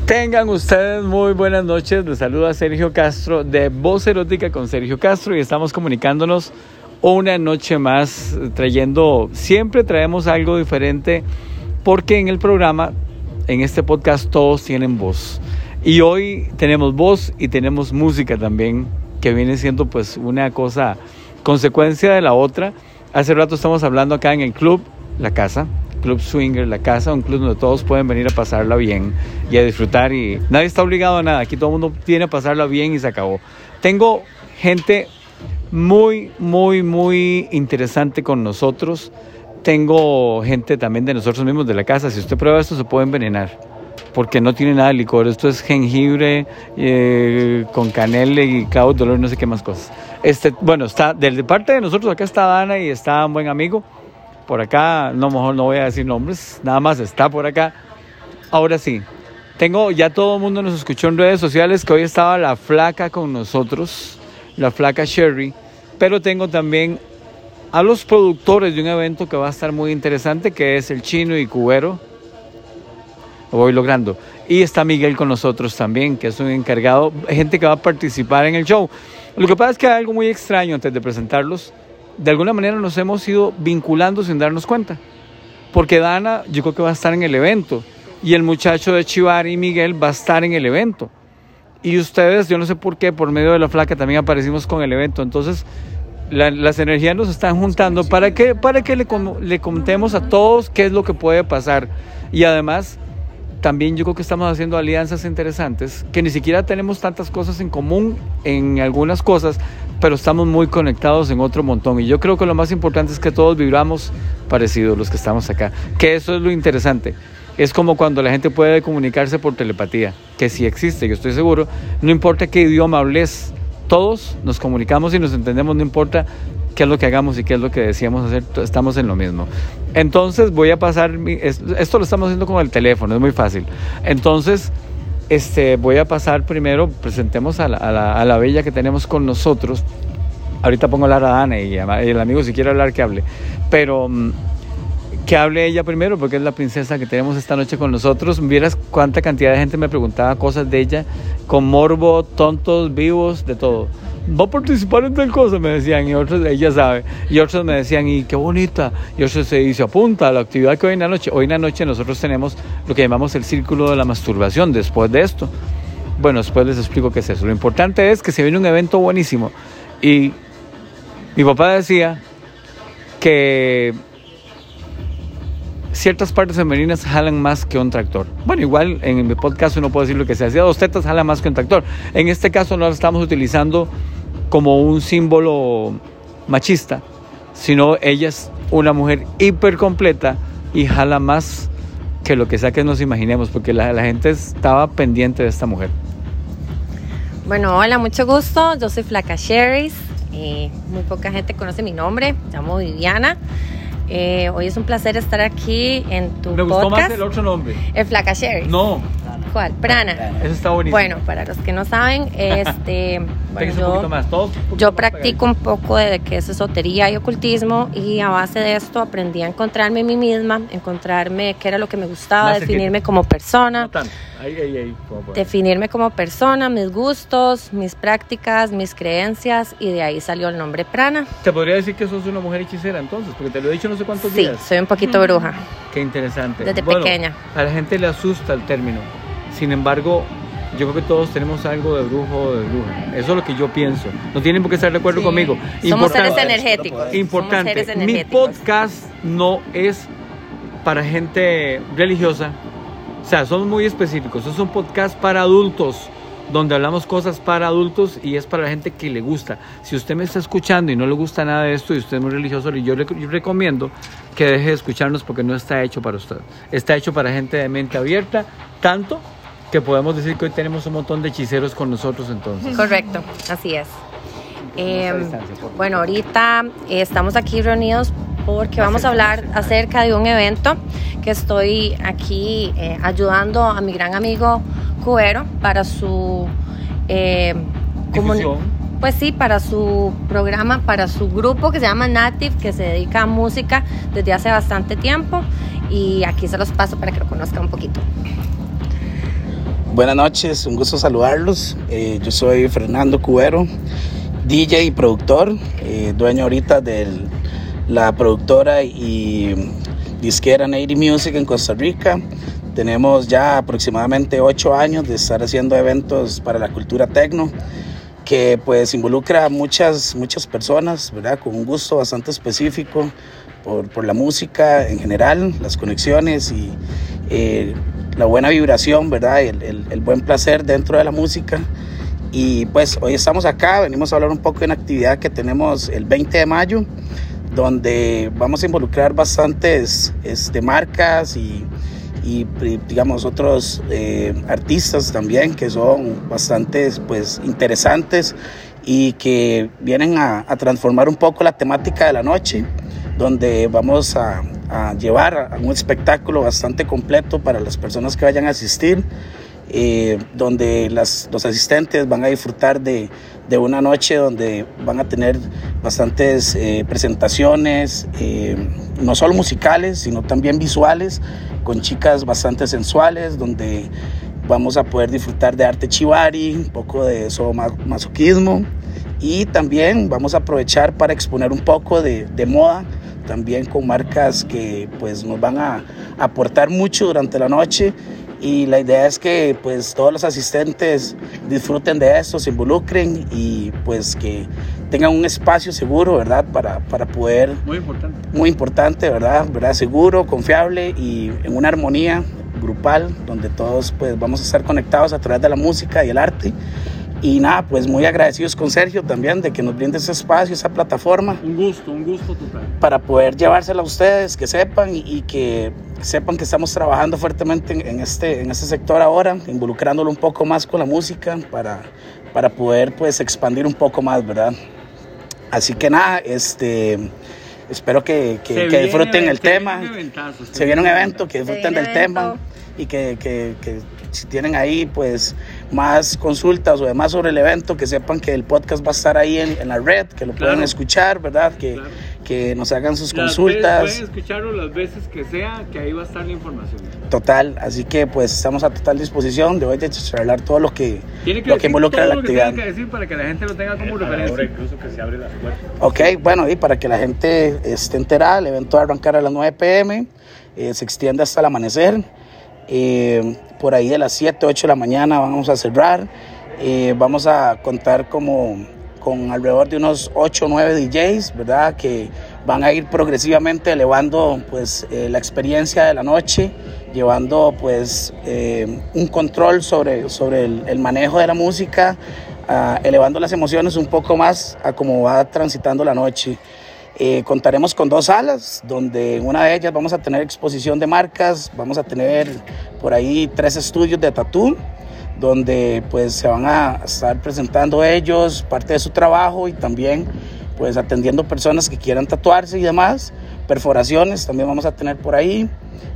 Tengan ustedes muy buenas noches. Les saluda Sergio Castro de Voz Erótica con Sergio Castro y estamos comunicándonos una noche más, siempre traemos algo diferente porque en el programa, en este podcast, todos tienen voz. Y hoy tenemos voz y tenemos música también, que viene siendo pues una cosa, consecuencia de la otra. Hace rato estamos hablando acá en el club La Casa, Club Swinger La Casa, un club donde todos pueden venir a pasarla bien y a disfrutar y nadie está obligado a nada. Aquí todo el mundo viene a pasarla bien y se acabó. Tengo gente muy interesante con nosotros. Tengo gente también de nosotros mismos de la casa. Si usted prueba esto se puede envenenar porque no tiene nada de licor. Esto es jengibre con canela y clavo de olor, no sé qué más cosas. Bueno, está de parte de nosotros. Acá está Dana y está un buen amigo. Por acá, mejor no voy a decir nombres, nada más está por acá. Ahora sí, ya todo el mundo nos escuchó en redes sociales que hoy estaba la flaca con nosotros, la flaca Sherry, pero tengo también a los productores de un evento que va a estar muy interesante, que es el Chino y Cubero. Lo voy logrando. Y está Miguel con nosotros también, que es un encargado, gente que va a participar en el show. Lo que pasa es que hay algo muy extraño antes de presentarlos. De alguna manera nos hemos ido vinculando sin darnos cuenta. Porque Dana, yo creo que va a estar en el evento. Y el muchacho de Chivari, Miguel, va a estar en el evento. Y ustedes, yo no sé por qué, por medio de la flaca también aparecimos con el evento. Entonces, las energías nos están juntando para que le contemos a todos qué es lo que puede pasar. Y además, también yo creo que estamos haciendo alianzas interesantes, que ni siquiera tenemos tantas cosas en común en algunas cosas, pero estamos muy conectados en otro montón. Y yo creo que lo más importante es que todos vibramos parecidos los que estamos acá, que eso es lo interesante. Es como cuando la gente puede comunicarse por telepatía, que sí existe, yo estoy seguro, no importa qué idioma hables, todos nos comunicamos y nos entendemos, no importa qué es lo que hagamos y qué es lo que decíamos hacer, estamos en lo mismo. Entonces voy a pasar, esto lo estamos haciendo con el teléfono, es muy fácil. Entonces voy a pasar primero, presentemos a la bella que tenemos con nosotros. Ahorita pongo a hablar a Dana y el amigo si quiere hablar que hable, pero que hable ella primero porque es la princesa que tenemos esta noche con nosotros. Vieras cuánta cantidad de gente me preguntaba cosas de ella, con morbo, tontos, vivos, de todo. ¿Va a participar en tal cosa? Me decían, y otros, ella sabe, y otros me decían, y qué bonita, y otros se apunta a la actividad que hoy en la noche. Hoy en la noche nosotros tenemos lo que llamamos el círculo de la masturbación después de esto. Bueno, después les explico qué es eso. Lo importante es que se viene un evento buenísimo, y mi papá decía que ciertas partes femeninas jalan más que un tractor. Bueno, igual en mi podcast uno puede decir lo que sea. Si a 2 tetas jala más que un tractor. En este caso no lo estamos utilizando como un símbolo machista, sino ella es una mujer hiper completa y jala más que lo que sea que nos imaginemos, porque la gente estaba pendiente de esta mujer. Bueno, hola, mucho gusto. Yo soy Flaca Sherry. Muy poca gente conoce mi nombre. Me llamo Viviana. Hoy es un placer estar aquí en tu podcast. Me gustó más el otro nombre. El Flaca Sherry. No. ¿Cuál? Prana. Eso está buenísimo. Bueno, para los que no saben, yo practico un poco de que es esotería y ocultismo, y a base de esto aprendí a encontrarme a mí misma, encontrarme qué era lo que me gustaba, más definirme como persona. No tanto. Definirme como persona, mis gustos, mis prácticas, mis creencias, y de ahí salió el nombre Prana. ¿Te podría decir que sos una mujer hechicera entonces? Porque te lo he dicho no sé cuántos días. Sí, soy un poquito bruja. Qué interesante. Desde pequeña. A la gente le asusta el término. Sin embargo, yo creo que todos tenemos algo de brujo o de bruja. Eso es lo que yo pienso. No tienen por qué estar de acuerdo conmigo. Somos seres energéticos. Importante. Mi podcast no es para gente religiosa. O sea, somos muy específicos. Es un podcast para adultos, donde hablamos cosas para adultos y es para la gente que le gusta. Si usted me está escuchando y no le gusta nada de esto y usted es muy religioso, yo recomiendo que deje de escucharnos porque no está hecho para usted. Está hecho para gente de mente abierta, tanto que podemos decir que hoy tenemos un montón de hechiceros con nosotros entonces. Correcto, así es. Bueno, ahorita estamos aquí reunidos porque vamos a hablar acerca de un evento que estoy aquí ayudando a mi gran amigo Cubero para su pues sí, para su programa, para su grupo que se llama Native, que se dedica a música desde hace bastante tiempo, y aquí se los paso para que lo conozcan un poquito. Buenas noches, un gusto saludarlos. Yo soy Fernando Cubero, DJ y productor, dueño ahorita de la productora y disquera Native Music en Costa Rica. Tenemos ya aproximadamente 8 años de estar haciendo eventos para la cultura techno, que pues involucra a muchas personas, ¿verdad? Con un gusto bastante específico por la música en general, las conexiones y la buena vibración, ¿verdad? El buen placer dentro de la música. Y pues hoy estamos acá, venimos a hablar un poco de una actividad que tenemos el 20 de mayo, donde vamos a involucrar bastantes marcas y digamos otros artistas también que son bastante pues interesantes y que vienen a transformar un poco la temática de la noche, donde vamos a llevar a un espectáculo bastante completo para las personas que vayan a asistir, donde los asistentes van a disfrutar de una noche donde van a tener bastantes presentaciones, no solo musicales, sino también visuales, con chicas bastante sensuales, donde vamos a poder disfrutar de arte chivari, un poco de sadomasoquismo, y también vamos a aprovechar para exponer un poco de moda, también con marcas que pues nos van a aportar mucho durante la noche. Y la idea es que pues todos los asistentes disfruten de esto, se involucren y pues que tengan un espacio seguro, ¿verdad? Para poder... Muy importante, ¿verdad? Seguro, confiable y en una armonía grupal donde todos pues vamos a estar conectados a través de la música y el arte. Y nada, pues muy agradecidos con Sergio también de que nos brinde ese espacio, esa plataforma. Un gusto total. Para poder llevársela a ustedes, que sepan y que sepan que estamos trabajando fuertemente en este sector ahora, involucrándolo un poco más con la música para poder pues expandir un poco más, ¿verdad? Así que nada, espero que disfruten el tema. Se viene un evento, que disfruten del tema y que si tienen ahí pues más consultas o demás sobre el evento, que sepan que el podcast va a estar ahí en la red, que lo puedan escuchar, ¿verdad? Que nos hagan sus consultas. Pueden escucharlo las veces que sea, que ahí va a estar la información. Total, así que pues estamos a total disposición de hoy de charlar todo lo que involucra la actividad. Tiene que decir para que la gente lo tenga como referencia. Ahora incluso que se abre las puertas. Ok, bueno, y para que la gente esté enterada, el evento va a arrancar a las 9 p.m., se extiende hasta el amanecer. Por ahí de las 7, 8 de la mañana vamos a cerrar. Vamos a contar con alrededor de unos 8 o 9 DJs, ¿verdad? Que van a ir progresivamente elevando pues la experiencia de la noche, llevando pues un control sobre el manejo de la música, elevando las emociones un poco más a cómo va transitando la noche. Contaremos con 2 salas, donde en una de ellas vamos a tener exposición de marcas, vamos a tener por ahí 3 estudios de tatú, donde pues se van a estar presentando ellos parte de su trabajo y también pues atendiendo personas que quieran tatuarse y demás. Perforaciones también vamos a tener por ahí.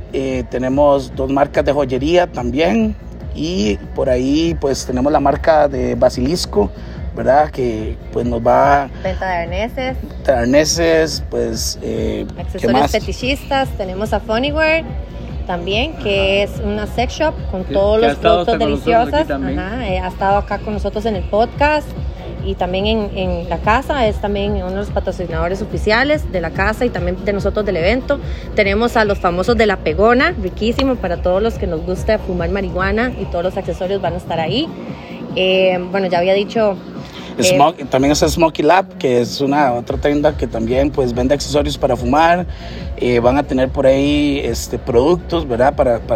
Tenemos 2 marcas de joyería también, y por ahí pues tenemos la marca de Basilisco, ¿verdad? Que pues nos va... Venta de arneses, pues... accesorios fetichistas, tenemos a Funnywear también, que es una sex shop con todos los productos deliciosos. Ha estado acá con nosotros en el podcast y también en la casa, es también uno de los patrocinadores oficiales de la casa y también de nosotros del evento. Tenemos a los famosos de La Pegona, riquísimo para todos los que nos gusta fumar marihuana, y todos los accesorios van a estar ahí. Bueno, ya había dicho... también es Smoky Lab, que es otra tienda que también pues vende accesorios para fumar. Van a tener por ahí productos, ¿verdad?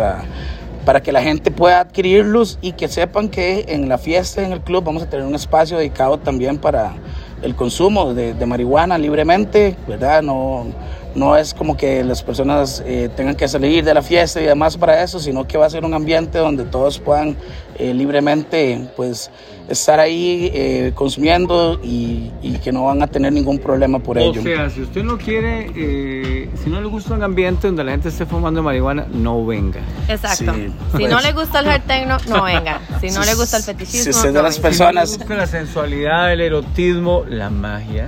Para que la gente pueda adquirirlos, y que sepan que en la fiesta, en el club, vamos a tener un espacio dedicado también para el consumo de marihuana libremente, ¿verdad? No es como que las personas tengan que salir de la fiesta y demás para eso, sino que va a ser un ambiente donde todos puedan libremente pues estar ahí consumiendo y que no van a tener ningún problema por ello. O sea, si usted no quiere, si no le gusta un ambiente donde la gente esté fumando marihuana, no venga. Exacto. Sí, si no le gusta el hard techno, no venga. Si no le gusta el fetichismo, si usted de las personas... Si no le gusta la sensualidad, el erotismo, la magia,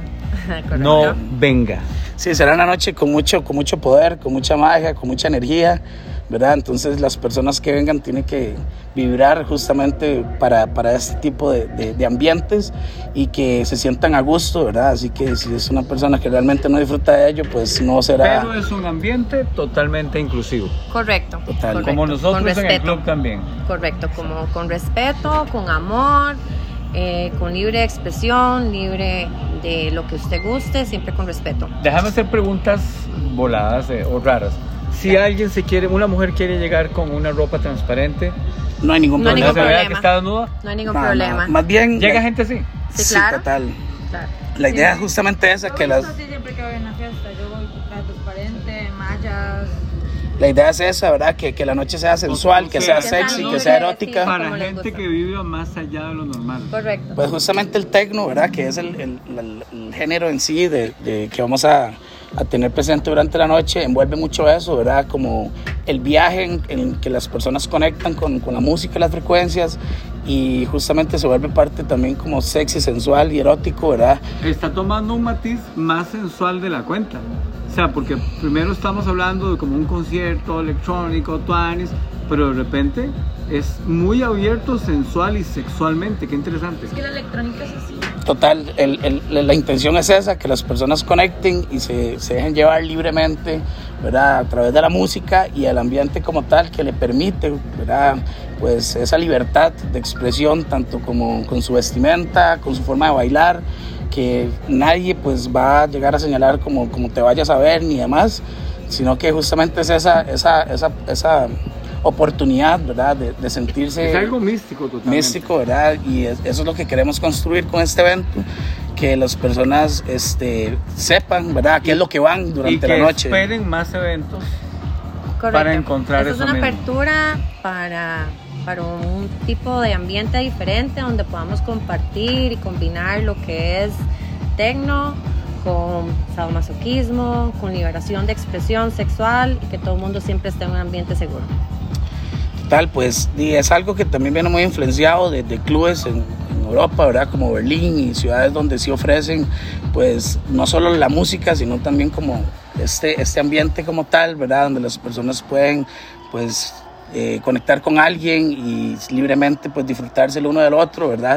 no venga. Sí, será una noche con mucho poder, con mucha magia, con mucha energía, ¿verdad? Entonces las personas que vengan tienen que vibrar justamente para este tipo de ambientes y que se sientan a gusto, ¿verdad? Así que si es una persona que realmente no disfruta de ello, pues no será... Pero es un ambiente totalmente inclusivo. Correcto. Total. Correcto. Como nosotros en el club también. Correcto, como con respeto, con amor, con libre expresión, libre de lo que usted guste, siempre con respeto. Déjame hacer preguntas voladas o raras. Si alguien una mujer quiere llegar con una ropa transparente, no hay ningún problema. ¿Se vea que está desnuda? No hay ningún problema. Más bien... ¿Llega gente así? Sí, claro. Total. Claro. La idea es justamente esa, que las... Siempre que voy a una fiesta, yo voy con transparente, mallas... La idea es esa, ¿verdad? Que la noche sea sensual, que sea sexy, que sea erótica. Para gente que vive más allá de lo normal. Correcto. Pues justamente el techno, ¿verdad? Que es el género en sí de que vamos a tener presente durante la noche, envuelve mucho eso, ¿verdad? Como el viaje en que las personas conectan con la música y las frecuencias, y justamente se vuelve parte también como sexy, sensual y erótico, ¿verdad? Está tomando un matiz más sensual de la cuenta. O sea, porque primero estamos hablando de como un concierto electrónico, tuanis, pero de repente es muy abierto sensual y sexualmente. Qué interesante. Es que la electrónica es así. Total, la intención es esa, que las personas conecten y se dejen llevar libremente, ¿verdad? A través de la música y el ambiente como tal, que le permite, ¿verdad? Pues esa libertad de expresión, tanto como con su vestimenta, con su forma de bailar, que nadie pues va a llegar a señalar como te vayas a ver ni demás, sino que justamente es esa oportunidad, ¿verdad? De sentirse... Es algo místico totalmente. Místico, ¿verdad? Y eso es lo que queremos construir con este evento, que las personas sepan, ¿verdad? Qué es lo que van durante la noche. Y que esperen más eventos. Correcto. Para encontrar eso. Es una apertura para un tipo de ambiente diferente donde podamos compartir y combinar lo que es techno con sadomasoquismo, con liberación de expresión sexual, y que todo el mundo siempre esté en un ambiente seguro. Total, pues es algo que también viene muy influenciado de clubes en Europa, ¿verdad? Como Berlín y ciudades donde sí ofrecen pues no solo la música, sino también como este ambiente como tal, ¿verdad? Donde las personas pueden pues conectar con alguien y libremente pues disfrutarse el uno del otro, ¿verdad?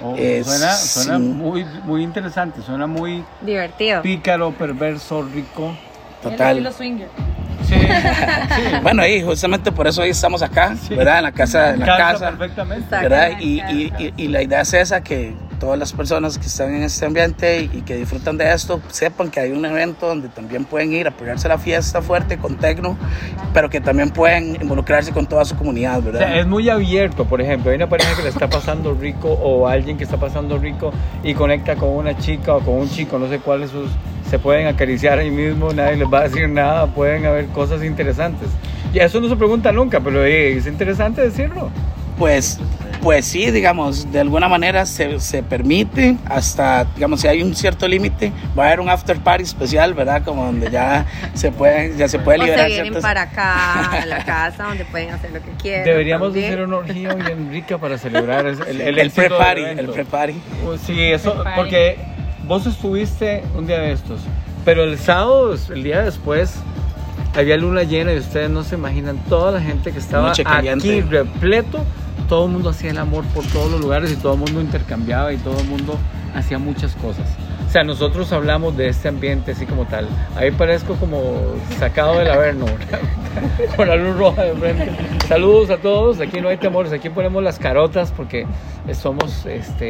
Suena muy, muy interesante, suena muy divertido, pícaro, perverso, rico. Total. El estilo swinger. Sí. Bueno, ahí justamente por eso hoy estamos acá, sí. ¿Verdad? En la casa, perfectamente, ¿verdad? Y la idea es esa, que todas las personas que están en este ambiente y que disfrutan de esto sepan que hay un evento donde también pueden ir a pegarse la fiesta fuerte con techno, pero que también pueden involucrarse con toda su comunidad, ¿verdad? O sea, es muy abierto. Por ejemplo, hay una pareja que le está pasando rico, o alguien que está pasando rico y conecta con una chica o con un chico, no sé cuáles sus... Se pueden acariciar ahí mismo, nadie les va a decir nada, pueden haber cosas interesantes. Y eso no se pregunta nunca, pero es interesante decirlo. Pues sí, digamos, de alguna manera se permite, hasta, digamos, si hay un cierto límite, va a haber un after party especial, ¿verdad? Como donde ya se puede liberar. O se vienen para acá, a la casa, donde pueden hacer lo que quieran. Deberíamos de hacer una orgía bien rica para celebrar el pre-party. Sí, eso, porque vos estuviste un día de estos, pero el sábado, el día después, había luna llena y ustedes no se imaginan toda la gente que estaba aquí repleto. Todo el mundo hacía el amor por todos los lugares y todo el mundo intercambiaba y todo el mundo hacía muchas cosas. O sea, nosotros hablamos de este ambiente así como tal. Ahí parezco como sacado del Averno, con la luz roja de frente. Saludos a todos, aquí no hay temores, aquí ponemos las carotas porque somos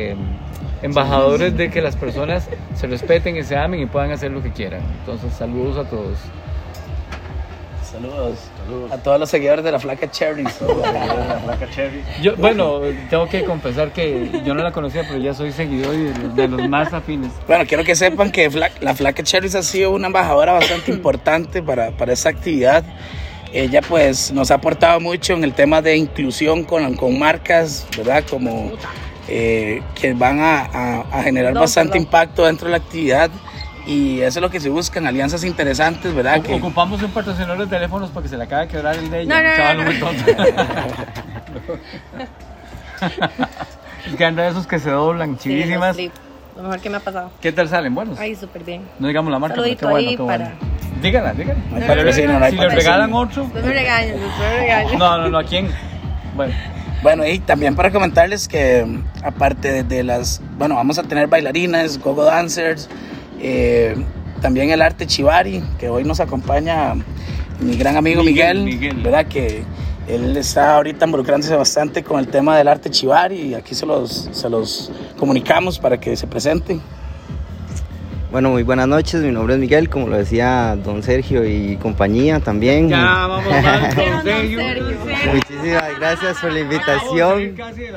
embajadores de que las personas se respeten y se amen y puedan hacer lo que quieran. Entonces, saludos a todos. Saludos a todos los seguidores de la Flaca Cherry. Yo, bueno, tengo que confesar que yo no la conocía, pero ya soy seguidor de los más afines. Bueno, quiero que sepan que la Flaca Cherry ha sido una embajadora bastante importante para esta actividad. Ella pues nos ha aportado mucho en el tema de inclusión con marcas, ¿verdad? Como que van a generar bastante impacto dentro de la actividad. Y eso es lo que se buscan, alianzas interesantes, ¿verdad? Ocupamos un patrocinador de teléfonos para que se le acabe de quebrar el de ella. No. Muy tonto. Es que anda esos que se doblan, chivísimas. Sí, lo mejor que me ha pasado. ¿Qué tal salen? ¿Buenos? Ay, súper bien. No digamos la marca, saludito pero ahí qué bueno. Dígala. Pero si le regalan otro. No me regañes. No, ¿a quién? Bueno, y también para comentarles que aparte de las, vamos a tener bailarines, go-go dancers, también el arte chivari, que hoy nos acompaña mi gran amigo Miguel, ¿verdad? Que él está ahorita involucrándose bastante con el tema del arte chivari y aquí se los comunicamos para que se presenten. Bueno, muy buenas noches, mi nombre es Miguel, como lo decía don Sergio y compañía también. Ya, vamos mal con Sergio. Muchísimas gracias por la invitación.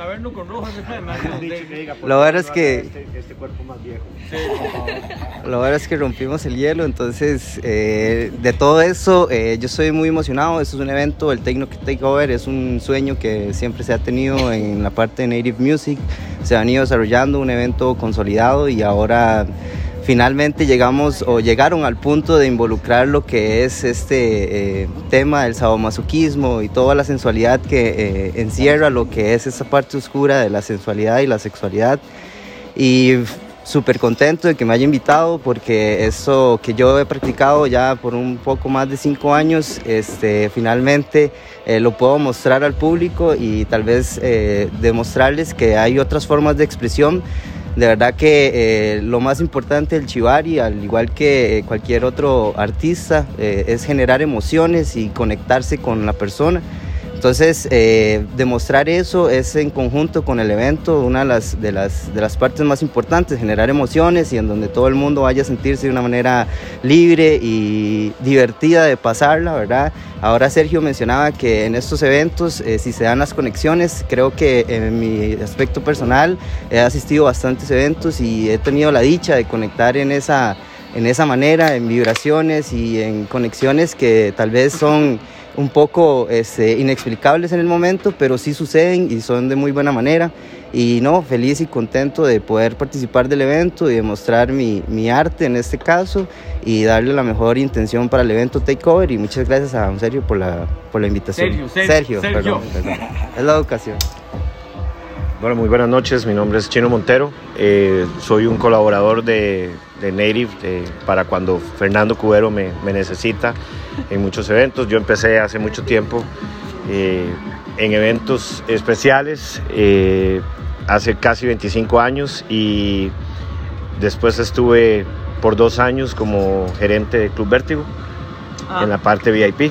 Lo bueno es que este cuerpo más viejo. Lo bueno es que rompimos el hielo, entonces de todo eso yo estoy muy emocionado. Esto es un evento, el Techno Takeover es un sueño que siempre se ha tenido en la parte de Native Music. Se han ido desarrollando un evento consolidado y ahora finalmente llegaron al punto de involucrar lo que es este tema del sadomasoquismo y toda la sensualidad que encierra lo que es esa parte oscura de la sensualidad y la sexualidad. Y súper contento de que me haya invitado porque eso que yo he practicado ya por un poco más de 5 años, finalmente lo puedo mostrar al público y tal vez demostrarles que hay otras formas de expresión. De verdad que lo más importante del chivari, al igual que cualquier otro artista, es generar emociones y conectarse con la persona. Entonces, demostrar eso es en conjunto con el evento una de las partes más importantes, generar emociones y en donde todo el mundo vaya a sentirse de una manera libre y divertida de pasarla, ¿verdad? Ahora Sergio mencionaba que en estos eventos, si se dan las conexiones, creo que en mi aspecto personal he asistido a bastantes eventos y he tenido la dicha de conectar en esa manera, en vibraciones y en conexiones que tal vez son un poco inexplicables en el momento, pero sí suceden y son de muy buena manera. Y feliz y contento de poder participar del evento y demostrar mi arte en este caso y darle la mejor intención para el evento Takeover. Y muchas gracias a don Sergio por la invitación. Sergio. Perdón. Es la ocasión. Bueno, muy buenas noches, mi nombre es Chino Montero, soy un colaborador de Native para cuando Fernando Cubero me necesita en muchos eventos. Yo empecé hace mucho tiempo en eventos especiales, hace casi 25 años, y después estuve por 2 años como gerente de Club Vértigo en la parte VIP.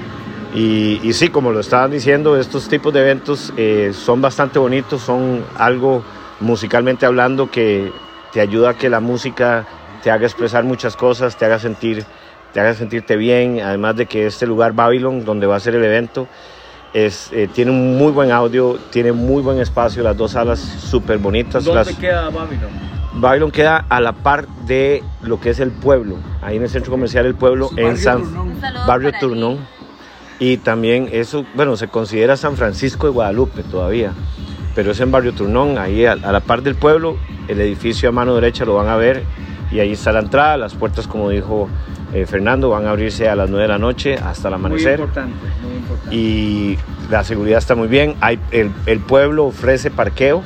Y sí, como lo estaban diciendo, estos tipos de eventos son bastante bonitos, son algo musicalmente hablando que te ayuda a que la música te haga expresar muchas cosas, te haga sentirte bien, además de que este lugar Babylon, donde va a ser el evento, tiene un muy buen audio, tiene muy buen espacio, las 2 salas súper bonitas. ¿Dónde queda Babylon? Babylon queda a la par de lo que es el pueblo, ahí en el centro comercial El Pueblo, en Barrio Turnón. Y también eso, se considera San Francisco de Guadalupe todavía, pero es en Barrio Turnón, ahí a la par del pueblo. El edificio a mano derecha lo van a ver y ahí está la entrada. Las puertas, como dijo Fernando, van a abrirse a las 9 de la noche hasta el amanecer. Muy importante. Y la seguridad está muy bien. El pueblo ofrece parqueo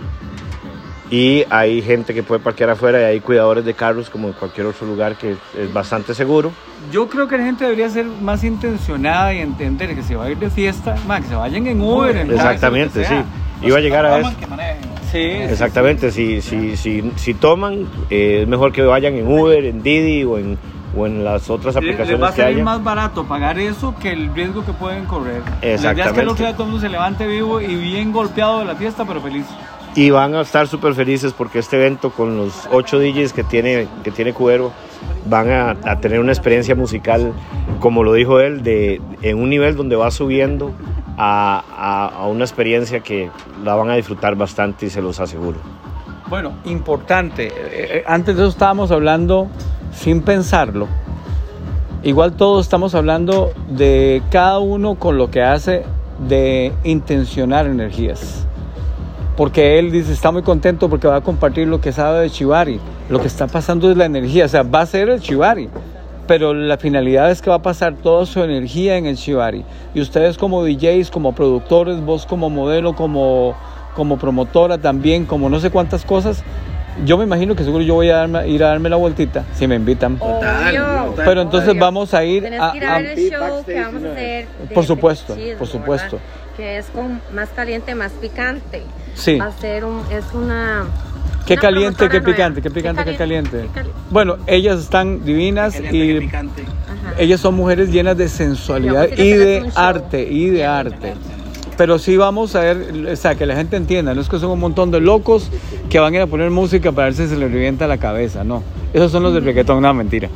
y hay gente que puede parquear afuera y hay cuidadores de carros como en cualquier otro lugar, que es bastante seguro. Yo creo que la gente debería ser más intencionada y entender que se va a ir de fiesta, que se vayan en Uber, en exactamente, taxi, sí. Iba a llegar a eso. Sí, exactamente, sí. Si toman, es mejor que vayan en Uber, en Didi o en las otras aplicaciones que haya. Les va a salir más barato pagar eso que el riesgo que pueden correr. La idea es que el otro día todo el mundo se levante vivo y bien golpeado de la fiesta, pero feliz. Y van a estar súper felices porque este evento, con los 8 DJs que tiene Cubero, van a tener una experiencia musical, como lo dijo él, en un nivel donde va subiendo a una experiencia que la van a disfrutar bastante, y se los aseguro. Bueno, importante, antes de eso estábamos hablando sin pensarlo. Igual todos estamos hablando de cada uno con lo que hace, de intencionar energías. Porque él dice, está muy contento porque va a compartir lo que sabe de chivari. Lo que está pasando es la energía, va a ser el chivari, pero la finalidad es que va a pasar toda su energía en el chivari. Y ustedes como DJs, como productores, vos como modelo, como promotora también, como no sé cuántas cosas, yo me imagino que seguro yo voy a ir a darme la vueltita si me invitan. Pero entonces vamos a ir Tienes que ir a ver el show que vamos a hacer. Por supuesto, fettuccine, por supuesto. ¿verdad? Que es con más caliente, más picante. Sí. Va a ser es una... Qué caliente, qué picante, qué picante, qué caliente. Bueno, ellas están divinas y ellas son mujeres llenas de sensualidad y de arte, Pero sí vamos a ver, o sea, que la gente entienda, no es que son un montón de locos que van a ir a poner música para ver si se les revienta la cabeza, no. Esos son los del reggaetón, no, mentira.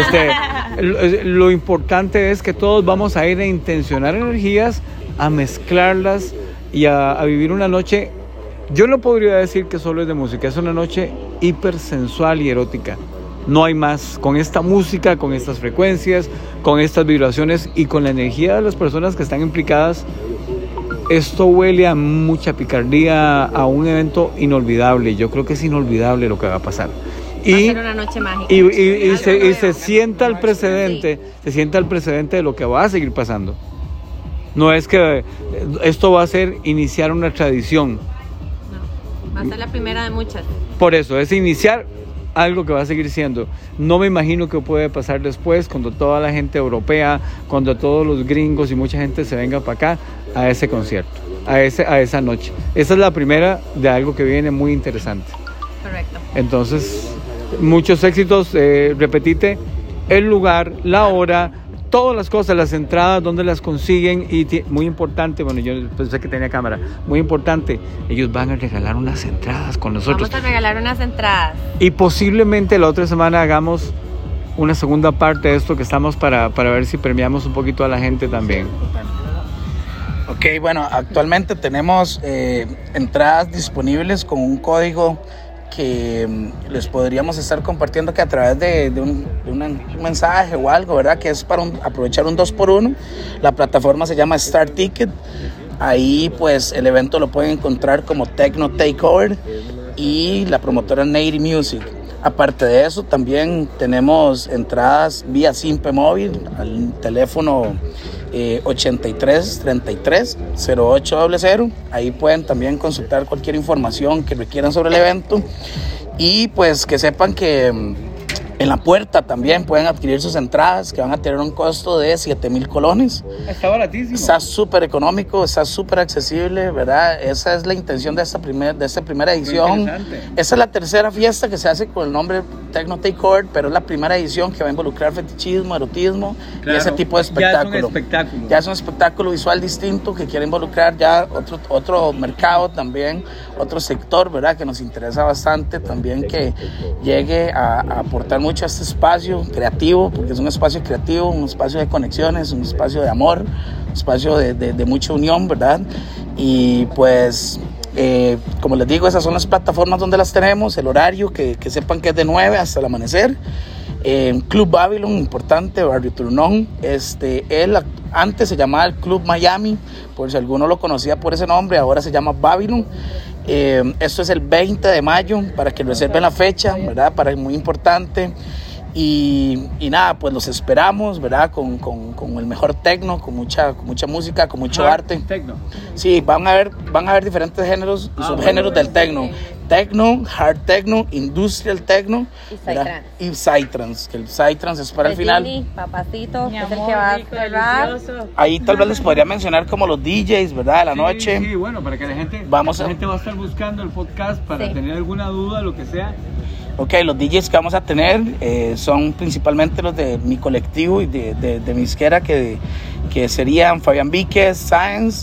Lo importante es que todos vamos a ir a intencionar energías, a mezclarlas y a vivir una noche. Yo no podría decir que solo es de música, es una noche hipersensual y erótica. No hay más. Con esta música, con estas frecuencias, con estas vibraciones y con la energía de las personas que están implicadas, esto huele a mucha picardía, a un evento inolvidable. Yo creo que es inolvidable lo que va a pasar. Va a ser una noche mágica. Y se sienta el precedente, de lo que va a seguir pasando. No es que esto va a ser iniciar una tradición. Va a ser la primera de muchas. Por eso, es iniciar algo que va a seguir siendo. No me imagino qué puede pasar después, cuando toda la gente europea, cuando todos los gringos y mucha gente se venga para acá a ese concierto, a esa noche. Esa es la primera de algo que viene muy interesante. Correcto. Entonces, muchos éxitos. Repetite el lugar, la hora, todas las cosas, las entradas, dónde las consiguen y muy importante, bueno, yo pensé que tenía cámara, muy importante, ellos van a regalar unas entradas con nosotros. Vamos a regalar unas entradas. Y posiblemente la otra semana hagamos una segunda parte de esto que estamos para ver si premiamos un poquito a la gente también. Ok, bueno, actualmente tenemos entradas disponibles con un código que les podríamos estar compartiendo que a través de un mensaje o algo, ¿verdad? Que es para aprovechar un 2x1. La plataforma se llama Star Ticket. Ahí pues el evento lo pueden encontrar como Techno Takeover y la promotora Native Music. Aparte de eso, también tenemos entradas vía Simpe Móvil al teléfono 8333-0800. Ahí pueden también consultar cualquier información que requieran sobre el evento. Y pues que sepan que en la puerta también pueden adquirir sus entradas, que van a tener un costo de 7,000 colones. Está baratísimo. Está súper económico, está súper accesible, ¿verdad? Esa es la intención de esta primera edición. Esa es la tercera fiesta que se hace con el nombre Techno Takeover, pero es la primera edición que va a involucrar fetichismo, erotismo, claro, y ese tipo de espectáculo. Ya es un espectáculo visual distinto que quiere involucrar ya otro mercado también, otro sector, ¿verdad? Que nos interesa bastante también que llegue a aportar mucho a este espacio creativo, porque es un espacio creativo, un espacio de conexiones, un espacio de amor, un espacio de mucha unión, ¿verdad? Y pues, como les digo, esas son las plataformas donde las tenemos, el horario, que sepan que es de 9 hasta el amanecer. Club Babylon, importante, Barrio Turnón. Él antes se llamaba el Club Miami, por si alguno lo conocía por ese nombre, ahora se llama Babylon. Esto es el 20 de mayo, para que reserven la fecha, ¿verdad? Muy importante. Y nada, pues los esperamos, ¿verdad? Con el mejor techno, con mucha música, con mucho arte. Techno. Sí, van a ver diferentes géneros y subgéneros del techno. Techno, hard techno, industrial techno y psytrance, que el psytrance es para el final. Papacito, es el que va a cerrar. Ahí tal vez les podría mencionar como los DJs, ¿verdad? De la noche. Sí, bueno, para que la gente va a estar buscando el podcast para tener alguna duda, lo que sea. Ok, los DJs que vamos a tener son principalmente los de mi colectivo y de mi disquera, que serían Fabián Víquez, Science,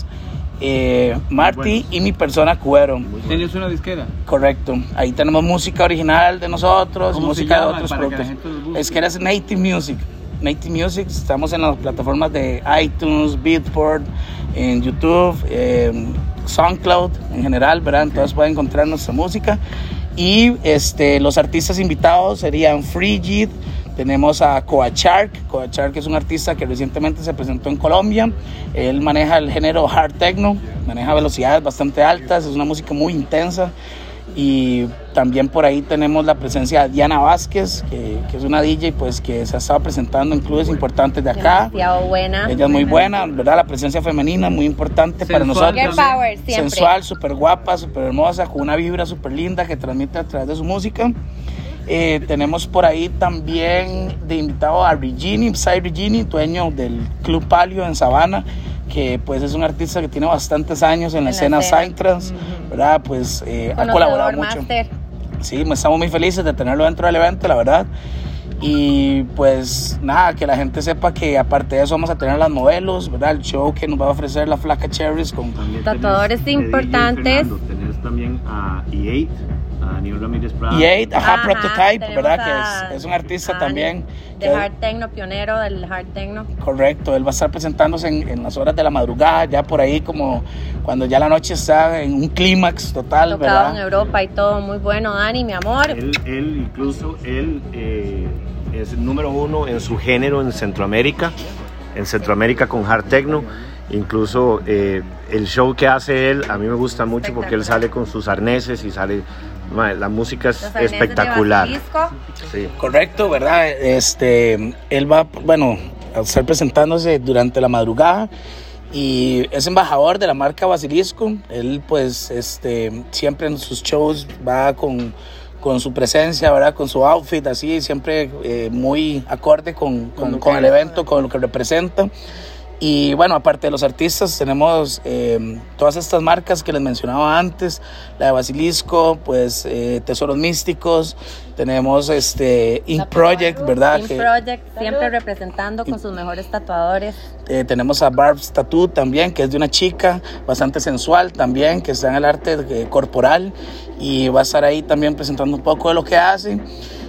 Marty y mi persona Cuero. ¿Tienes una disquera? Correcto, ahí tenemos música original de nosotros, música de otros productos. Es que es Native Music. Native Music, estamos en las plataformas de iTunes, Beatport, en YouTube, SoundCloud en general, ¿verdad? Entonces pueden encontrar nuestra música. Y los artistas invitados serían Frigid, tenemos a Coachark es un artista que recientemente se presentó en Colombia. Él maneja el género hard techno, maneja velocidades bastante altas, es una música muy intensa. Y también por ahí tenemos la presencia de Diana Vázquez, que es una DJ pues, que se ha estado presentando en clubes importantes de acá. Demasiado buena. Ella es muy buena, ¿verdad? La presencia femenina muy importante para nosotros. Girl power, siempre. Sensual, súper guapa, súper hermosa, con una vibra súper linda que transmite a través de su música. Tenemos por ahí también de invitado a Regini, Psy Regini, dueño del Club Palio en Sabana, que pues es un artista que tiene bastantes años en la escena Psytrance, ¿verdad? Pues ha colaborado mucho. Master. Sí, estamos muy felices de tenerlo dentro del evento, la verdad. Y pues nada, que la gente sepa que aparte de eso vamos a tener las modelos, ¿verdad? El show que nos va a ofrecer la Flaca Cherries con tatuadores importantes. Tenés también a E8, a Niel Ramírez Prada. E8, Prototype, ¿verdad? Que es un artista también. De hard techno, pionero del hard techno. Correcto, él va a estar presentándose en las horas de la madrugada, ya por ahí como cuando ya la noche está en un clímax total, tocado, ¿verdad? En Europa y todo, muy bueno, Dani, mi amor. Él es el número 1 en su género en Centroamérica con hard techno. Incluso el show que hace él, a mí me gusta mucho porque él sale con sus arneses y sale... La música es espectacular. Sí. Correcto, ¿verdad? Él va, a estar presentándose durante la madrugada y es embajador de la marca Basilisco. Él, pues, siempre en sus shows va con su presencia, ¿verdad? Con su outfit, así, siempre muy acorde con el evento, con lo que representa. Y bueno, aparte de los artistas, tenemos todas estas marcas que les mencionaba antes, la de Basilisco, pues Tesoros Místicos, tenemos Ink Project, ¿verdad? Ink Project, siempre representando con sus mejores tatuadores. Tenemos a Barb's Tattoo también, que es de una chica bastante sensual también, que está en el arte corporal y va a estar ahí también presentando un poco de lo que hace.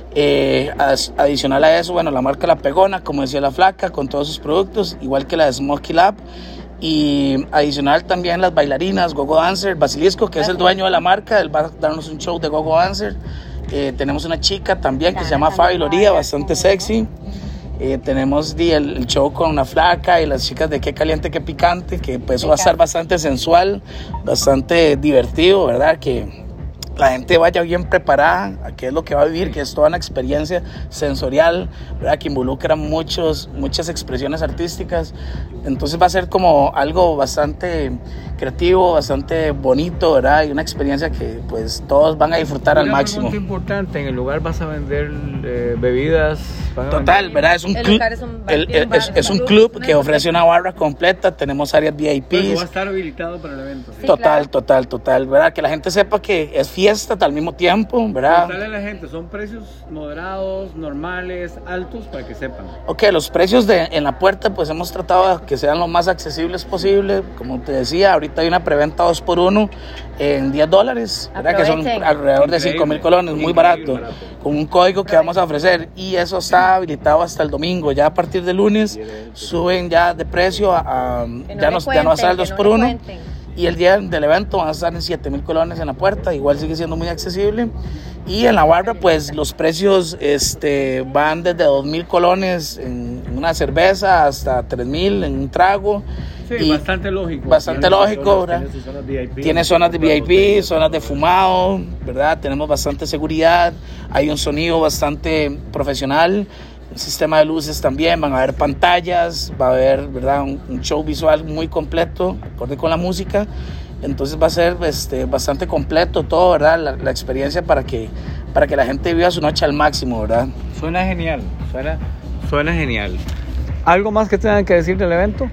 Adicional a eso, la marca La Pegona, como decía la Flaca, con todos sus productos, igual que la de Smokey Lab. Y adicional también las bailarinas, Gogo Dancer, Basilisco, que es el dueño de la marca, él va a darnos un show de Gogo Dancer. Tenemos una chica también que se llama Fabi Loría, bastante sexy. Tenemos el show con una Flaca y las chicas de Qué Caliente, Qué Picante, que pues eso va a estar bastante sensual, bastante divertido, ¿verdad? Que la gente vaya bien preparada a qué es lo que va a vivir, que es toda una experiencia sensorial, ¿verdad? Que involucra muchas expresiones artísticas. Entonces va a ser como algo bastante creativo, bastante bonito, ¿verdad? Y una experiencia que pues todos van a disfrutar al máximo. Es importante, en el lugar vas a vender bebidas. Total, ¿verdad? Es un club que ofrece una barra completa, tenemos áreas VIPs. Pero va a estar habilitado para el evento. Sí, total, ¿verdad? Que la gente sepa que es fiesta al mismo tiempo, ¿verdad? Contarle a la gente, ¿son precios moderados, normales, altos, para que sepan? Ok, los precios en la puerta pues hemos tratado de que sean lo más accesibles posible. Como te decía, ahorita hay una preventa 2x1 en $10, ¿verdad? Que son alrededor de 5,000 colones, muy barato, con un código que vamos a ofrecer, y eso está habilitado hasta el domingo. Ya a partir del lunes suben ya de precio ya no va a estar el 2x1. Y el día del evento van a estar en 7,000 colones en la puerta, igual sigue siendo muy accesible. Y en la barra, pues los precios van desde 2,000 colones en una cerveza hasta 3,000 en un trago. Sí, y bastante lógico. ¿Verdad? Tiene zonas de VIP, zonas de fumado, ¿verdad? Tenemos bastante seguridad, hay un sonido bastante profesional. Un sistema de luces también, van a haber pantallas, va a haber, ¿verdad? Un show visual muy completo, acorde con la música. Entonces va a ser bastante completo todo, ¿verdad? La experiencia para que la gente viva su noche al máximo, ¿verdad? Suena genial, suena genial. ¿Algo más que tengan que decir del evento?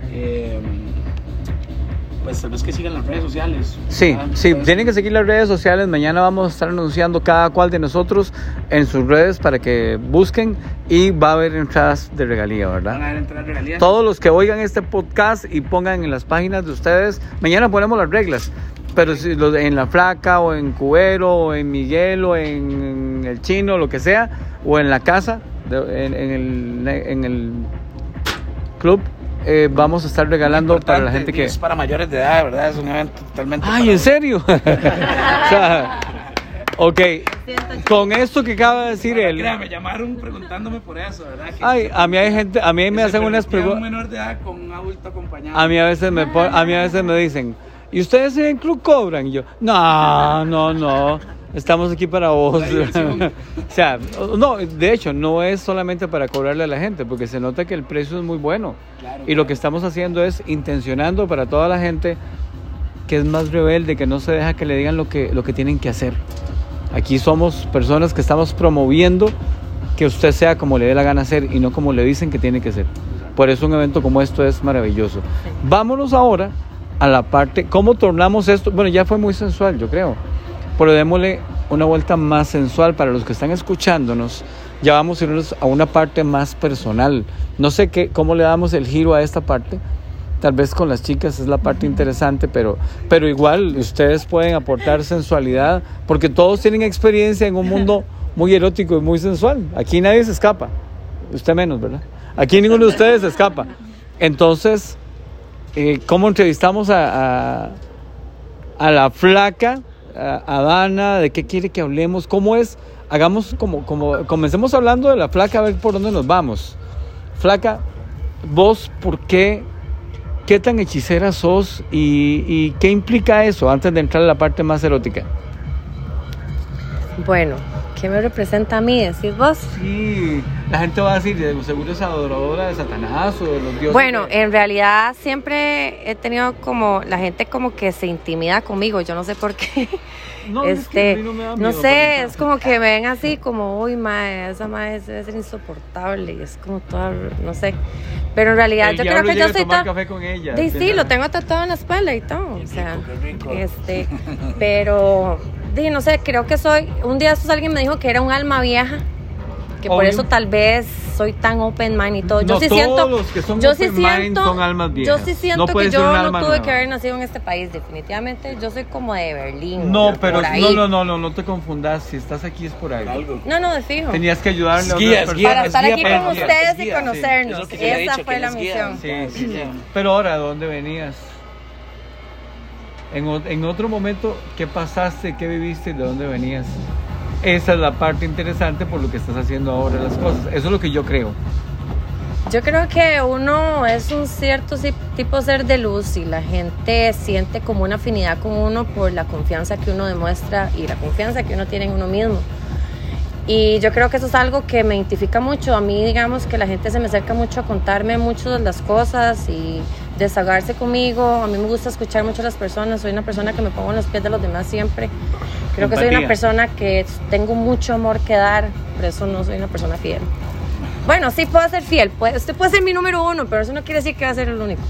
Pues tal vez que sigan las redes sociales. Sí, tienen que seguir las redes sociales. Mañana vamos a estar anunciando cada cual de nosotros en sus redes para que busquen, y va a haber entradas de regalía, ¿verdad? Van a haber entradas de regalía. Todos los que oigan este podcast y pongan en las páginas de ustedes, mañana ponemos las reglas, pero si en La Flaca o en Cubero o en Miguel o en el Chino, lo que sea, o en la casa, en el club, vamos a estar regalando para la gente que... Es para mayores de edad, ¿verdad? Es un evento totalmente... ¡Ay, en serio! O sea, ok, con esto que acaba de decir él... Me llamaron preguntándome por eso, ¿verdad? Ay, a mí me hacen unas preguntas... Un menor de edad con un adulto acompañado. A mí a veces me dicen, ¿y ustedes en el club cobran? Y yo, no, estamos aquí para vos. O sea, no, de hecho, no es solamente para cobrarle a la gente, porque se nota que el precio es muy bueno. Claro, y lo que estamos haciendo es intencionando para toda la gente que es más rebelde, que no se deja que le digan lo que tienen que hacer. Aquí somos personas que estamos promoviendo que usted sea como le dé la gana hacer y no como le dicen que tiene que ser. Por eso un evento como esto es maravilloso. Vámonos ahora a la parte, ¿cómo tornamos esto? Bueno, ya fue muy sensual, yo creo, pero démosle una vuelta más sensual para los que están escuchándonos. Ya vamos a irnos a una parte más personal. No sé cómo le damos el giro a esta parte. Tal vez con las chicas es la parte interesante, pero igual ustedes pueden aportar sensualidad, porque todos tienen experiencia en un mundo muy erótico y muy sensual. Aquí nadie se escapa, usted menos, ¿verdad? Aquí ninguno de ustedes se escapa. Entonces, ¿cómo entrevistamos a la flaca, a Dana? ¿De qué quiere que hablemos? ¿Cómo es? Hagamos como comencemos hablando de la flaca, a ver por dónde nos vamos. Flaca, vos, ¿por qué tan hechicera sos y qué implica eso antes de entrar a la parte más erótica? Bueno, ¿qué me representa a mí, decís vos? Sí, la gente va a decir, seguro es adoradora de Satanás o de los dioses. Bueno, en realidad siempre he tenido como, la gente como que se intimida conmigo, yo no sé por qué. No, es que a mí no me da miedo, no sé, es como que me ven así como, uy, mae, esa mae debe ser insoportable, y es como toda, no sé. Pero en realidad yo creo que yo soy tomar café con ella. Sí, lo tengo tatuado en la espalda y todo, o sea, pero no sé, creo que un día alguien me dijo que era un alma vieja, que por eso tal vez soy tan open mind y todo. Yo sí siento, los que son open mind son almas viejas. Yo sí siento que yo no tuve que haber nacido en este país, definitivamente. Yo soy como de Berlín. No, pero no te confundas. Si estás aquí es por algo. No, de fijo. Tenías que ayudarle a otras personas. Para estar aquí con ustedes y conocernos. Esa fue la misión. Sí. Pero ahora, ¿de dónde venías? En otro momento, ¿qué pasaste? ¿Qué viviste? ¿De dónde venías? Esa es la parte interesante por lo que estás haciendo ahora las cosas. Eso es lo que yo creo. Yo creo que uno es un cierto tipo de ser de luz y la gente siente como una afinidad con uno por la confianza que uno demuestra y la confianza que uno tiene en uno mismo. Y yo creo que eso es algo que me identifica mucho. A mí, digamos, que la gente se me acerca mucho a contarme mucho de las cosas y desahogarse conmigo. A mí me gusta escuchar mucho a las personas. Soy una persona que me pongo en los pies de los demás siempre. Creo que soy una persona que tengo mucho amor que dar, por eso no soy una persona fiel. Bueno, sí puedo ser fiel, usted puede ser mi número uno, pero eso no quiere decir que va a ser el único.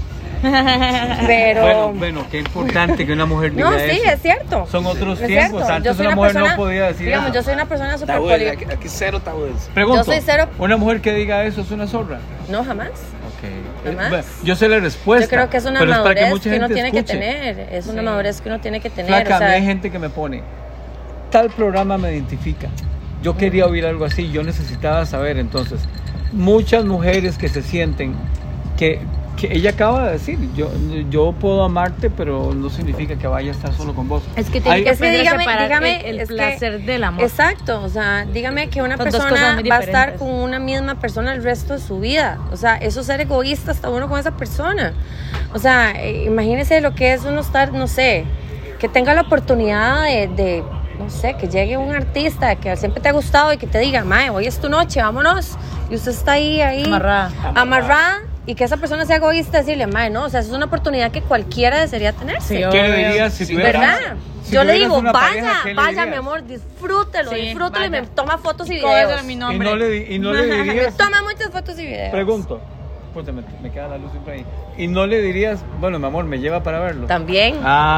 Pero bueno, qué importante que una mujer diga eso. No, sí, es cierto. Son otros tiempos. Antes una mujer no podía decir eso. Yo soy una persona súper política. Aquí cero tabúes. Pregunto, yo soy cero. ¿Una mujer que diga eso es una zorra? No, jamás. Jamás. Yo sé la respuesta. Yo creo que es una madurez que uno tiene que tener. Es una madurez que uno tiene que tener. Flaca, hay gente que me pone, tal programa me identifica. Yo quería oír algo así, yo necesitaba saber. Entonces, muchas mujeres que se sienten que ella acaba de decir, yo puedo amarte, pero no significa que vaya a estar solo con vos. Es que tiene que dígame el placer del amor. Exacto, o sea, dígame que una persona va a estar con una misma persona el resto de su vida. O sea, eso es ser egoísta hasta uno con esa persona. O sea, imagínese lo que es uno estar, no sé, que tenga la oportunidad de no sé, que llegue un artista que siempre te ha gustado y que te diga, mae, hoy es tu noche, vámonos. Y usted está ahí amarrada. Y que esa persona sea egoísta, decirle, mae, no, o sea, eso es una oportunidad que cualquiera desearía tenerse. Sí, ¿qué le dirías si tuvieras? ¿Verdad? Si yo le digo, vaya, mi amor, disfrútelo y me toma fotos y videos. Mi nombre. Y no le dirías. Me toma muchas fotos y videos. Pregunto, pues me queda la luz siempre ahí. Y no le dirías, bueno, mi amor, me lleva para verlo. También.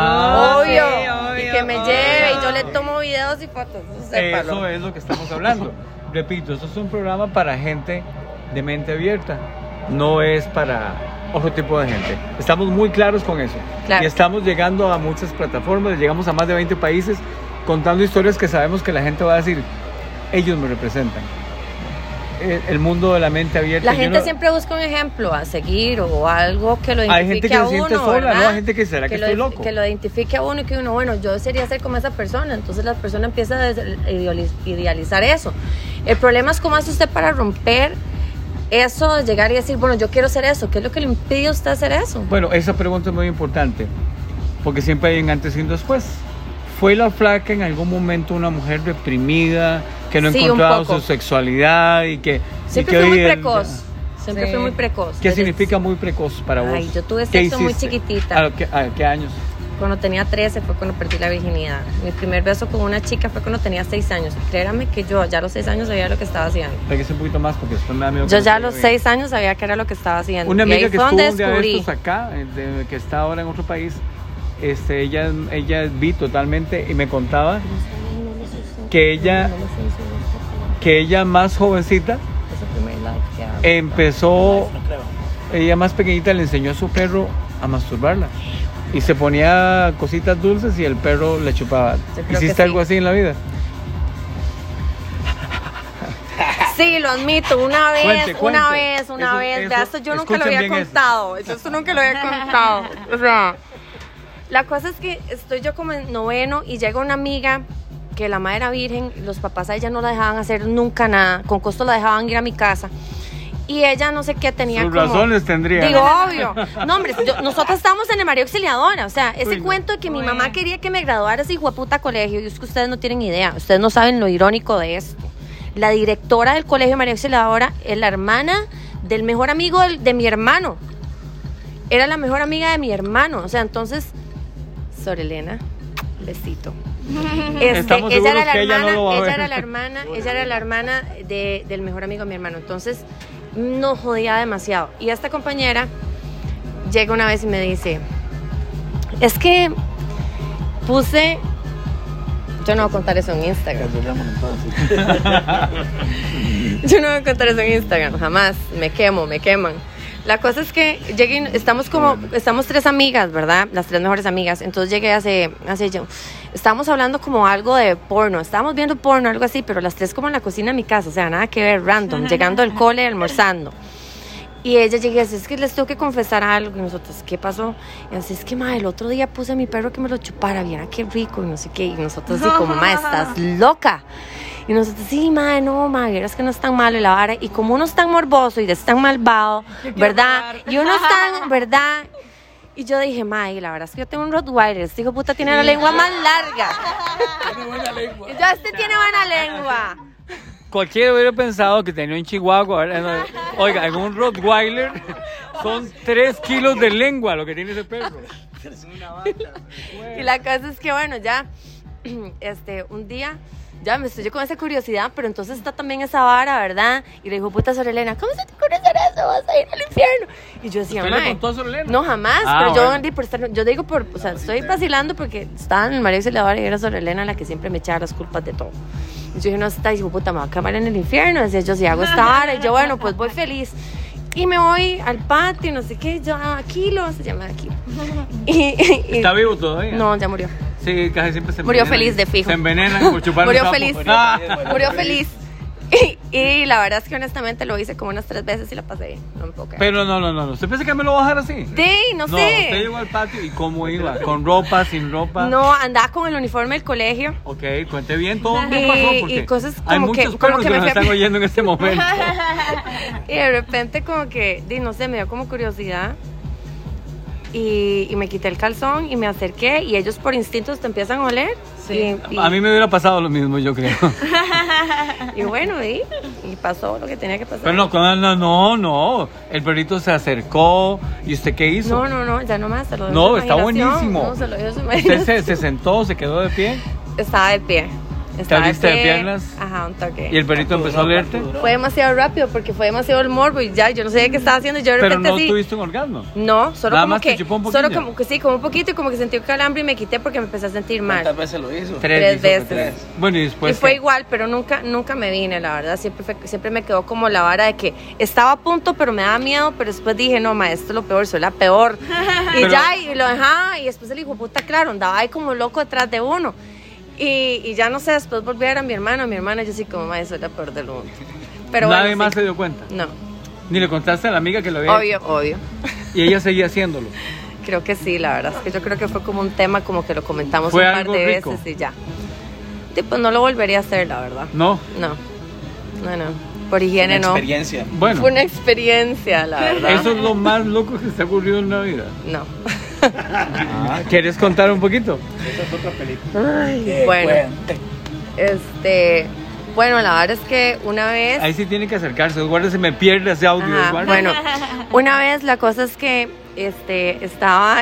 Obvio. Y que me lleve y yo le tomo videos y fotos. Eso es lo que estamos hablando. Repito, esto es un programa para gente de mente abierta. No es para otro tipo de gente. Estamos muy claros con eso. Claro. Y estamos llegando a muchas plataformas, llegamos a más de 20 países contando historias que sabemos que la gente va a decir, ellos me representan. El mundo de la mente abierta. La gente siempre busca un ejemplo a seguir o algo que lo identifique a uno. Hay gente que se siente sola, ¿no? Hay gente que será que estoy loco. Que lo identifique a uno y que uno, bueno, yo desearía ser como esa persona. Entonces la persona empieza a idealizar eso. El problema es cómo hace usted para romper eso de llegar y decir, bueno, yo quiero ser eso. ¿Qué es lo que le impide a usted hacer eso? Bueno, esa pregunta es muy importante. porque siempre hay un antes y un después. ¿Fue la flaca en algún momento una mujer reprimida, que no encontraba su sexualidad y que... Siempre fui muy precoz. Siempre fui muy precoz. ¿Qué significa muy precoz para vos? Ay, yo tuve sexo muy chiquitita. ¿A qué años? Cuando tenía 13 fue cuando perdí la virginidad. Mi primer beso con una chica fue cuando tenía 6 años. Créanme que yo ya a los 6 años sabía lo que estaba haciendo. Pégase un poquito más porque después me da miedo. Yo ya a los 6 años sabía que era lo que estaba haciendo. Una amiga que estuvo un día de estos acá, que está ahora en otro país, ella vi totalmente y me contaba que ella más jovencita empezó, ella más pequeñita le enseñó a su perro a masturbarla y se ponía cositas dulces y el perro le chupaba. ¿Hiciste algo así en la vida? Sí, lo admito, una vez. De esto yo nunca lo había contado. Esto nunca lo había contado. O sea, la cosa es que estoy yo como en 9º y llega una amiga que la madre era virgen, los papás a ella no la dejaban hacer nunca nada, con costo la dejaban ir a mi casa. Y ella no sé qué tenía. Sus razones tendría. Digo, obvio. No, hombre, nosotros estábamos en el María Auxiliadora. O sea, ese cuento de que mi mamá quería que me graduara ese hijo de puta colegio. Y es que ustedes no tienen idea. Ustedes no saben lo irónico de esto. La directora del colegio María Auxiliadora es la hermana del mejor amigo de mi hermano. Era la mejor amiga de mi hermano. O sea, entonces, Sor Elena, besito. Ella era la hermana del mejor amigo de mi hermano. Entonces nos jodía demasiado. Y esta compañera llega una vez y me dice, es que puse... Yo no voy a contar eso en Instagram. Yo no voy a contar eso en Instagram, jamás. Me queman. La cosa es que llegué, estamos 3 amigas, ¿verdad? Las 3 mejores amigas. Entonces llegué estábamos hablando como algo de porno, estábamos viendo porno, algo así, pero las 3 como en la cocina de mi casa, o sea, nada que ver, random, llegando al cole, almorzando. Y ella llega y dice, es que les tengo que confesar algo. Y nosotros, ¿qué pasó? Y así, es que, ma, el otro día puse a mi perro que me lo chupara, viera qué rico, y no sé qué. Y nosotros así como, ma, estás loca. Y nosotros, sí, ma, no, ma, es que no es tan malo y la vara. Y como uno es tan morboso y es tan malvado, ¿verdad? Y uno es tan, ¿verdad? Y yo dije, ma, y la verdad es que yo tengo un Rottweiler. Este hijo de puta tiene la lengua más larga. Tiene buena lengua. Y yo, tiene buena lengua. Cualquiera hubiera pensado que tenía un chihuahua. Oiga, en un Rottweiler son 3 kilos de lengua lo que tiene ese perro. Y la cosa es que, bueno, ya, un día, ya me estoy yo con esa curiosidad, pero entonces está también esa vara, ¿verdad? Y le dijo, puta, Sor Elena, ¿cómo se te ocurre hacer eso? Vas a ir al infierno. Y yo decía, ¿usted le contó a Sor Elena? No, jamás, pero bueno. yo digo, o sea, estoy vacilando porque estaba en el María Auxiliadora y era Sor Elena la que siempre me echaba las culpas de todo. Y yo dije, no, está, hijo puta, me va a acabar en el infierno. Decía yo, si hago esta vara, y yo, bueno, pues voy feliz. Y me voy al patio, no sé qué, yo, Aquilo, se llama Aquilo. ¿Está vivo todavía? No, ya murió. Sí, casi siempre se murió feliz de fijo. Se envenena por chupar murió un sapo. Feliz. Murió feliz. Y la verdad es que honestamente lo hice como unas 3 veces y la pasé bien. No me puedo creer. Pero no. ¿Usted piensa que me lo va a dejar así? Sí, no sé. Usted llegó al patio y ¿cómo iba? ¿Con ropa, sin ropa? No, andaba con el uniforme del colegio. Ok, cuente bien todo lo que pasó porque y cosas como hay muchos perros que nos están oyendo en este momento. Y de repente como que, no sé, me dio como curiosidad. Y me quité el calzón y me acerqué y ellos por instintos te empiezan a oler. Sí. A mí me hubiera pasado lo mismo, yo creo. Y bueno, y pasó lo que tenía que pasar. Pero no. El perrito se acercó. ¿Y usted qué hizo? No, ya nomás. Se lo no, está buenísimo. No, se lo dio su imaginación. ¿Usted se sentó, se quedó de pie? Estaba de pie. ¿Te abriste de piernas? Ajá, un toque. ¿Y el perrito empezó a olerte? Fue demasiado rápido porque fue demasiado el morbo y ya, yo no sabía qué estaba haciendo. Yo de repente, pero no tuviste un orgasmo. No, solo nada como más que. Te chupó un poquito. Solo como que sí, como un poquito y como que sentí un calambre y me quité porque me empecé a sentir mal. ¿Cuántas veces lo hizo? 3 veces. Bueno, y después. Y fue igual, pero nunca me vine, la verdad. Siempre me quedó como la vara de que estaba a punto, pero me daba miedo. Pero después dije, no, ma, esto es lo peor, soy la peor. Y ya, y lo dejaba. Y después el hijo puta, claro, andaba ahí como loco detrás de uno. Y ya no sé, después volví a ver a mi hermana, yo sí como, madre, soy la peor del mundo. Pero ¿Nadie más se dio cuenta? No. ¿Ni le contaste a la amiga que lo había hecho? Obvio. ¿Y ella seguía haciéndolo? Creo que sí, la verdad es que yo creo que fue como un tema como que lo comentamos un par de veces y ya. Pues no lo volvería a hacer, la verdad. ¿No? No. Por higiene no. Una experiencia. Bueno. Fue una experiencia, la verdad. ¿Eso es lo más loco que se te ha ocurrido en la vida? No. ¿Quieres contar un poquito? Esa es otra película. Ay, bueno, bueno, la verdad es que una vez... Ahí sí tiene que acercarse, guarda, se me pierde ese audio. Bueno, una vez la cosa es que estaba...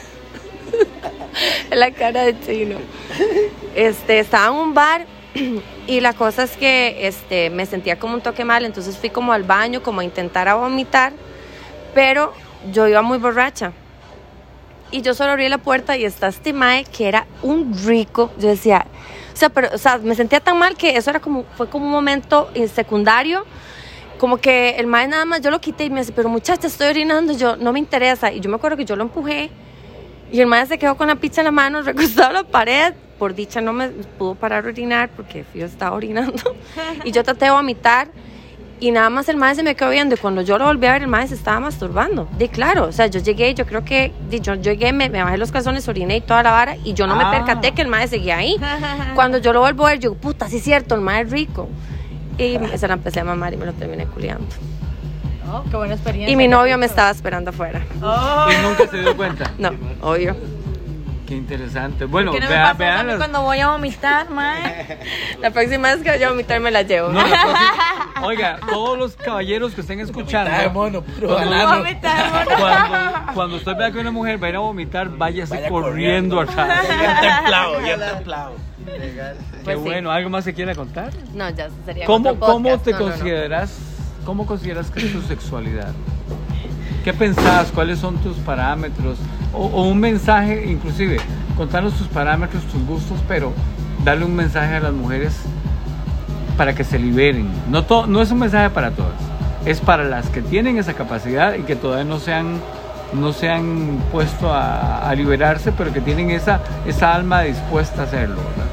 la cara de Chino. Estaba en un bar y la cosa es que me sentía como un toque mal, entonces fui como al baño, como a intentar a vomitar, pero yo iba muy borracha. Y yo solo abrí la puerta y está este mae que era un rico. Yo decía... O sea, me sentía tan mal que eso fue como un momento secundario, como que el mae nada más, yo lo quité y me dice, pero muchacha, estoy orinando, yo, no me interesa, y yo me acuerdo que yo lo empujé, y el mae se quedó con la pizza en la mano, recostado a la pared, por dicha no me pudo parar de orinar, porque yo estaba orinando, y yo traté de vomitar, y nada más el mae se me quedó viendo, y cuando yo lo volví a ver, el mae se estaba masturbando. De claro, o sea, yo llegué, yo creo que yo llegué, me bajé los calzones, oriné y toda la vara, y yo no me percaté que el mae seguía ahí. Cuando yo lo vuelvo a ver, yo, puta, sí es cierto, el mae es rico. Y se la empecé a mamar y me lo terminé culiando. Oh, qué buena experiencia. Y mi novio me estaba esperando afuera. Oh. ¿Y nunca se dio cuenta? No, obvio. Qué interesante. Bueno, ¿qué no vean cuando voy a vomitar, mae? La próxima vez que vaya a vomitar me la llevo. No, oiga, todos los caballeros que estén escuchando, cuando usted vea que una mujer va a ir a vomitar, váyase corriendo atrás. Bien templado. Qué bueno. ¿Algo más se quiere contar? No, ya sería ¿Cómo te No. consideras? ¿Cómo consideras que es tu sexualidad? ¿Qué pensás? ¿Cuáles son tus parámetros? O un mensaje, inclusive, contarnos tus parámetros, tus gustos, pero darle un mensaje a las mujeres para que se liberen. No es un mensaje para todas, es para las que tienen esa capacidad y que todavía no se han puesto a liberarse, pero que tienen esa alma dispuesta a hacerlo, ¿verdad?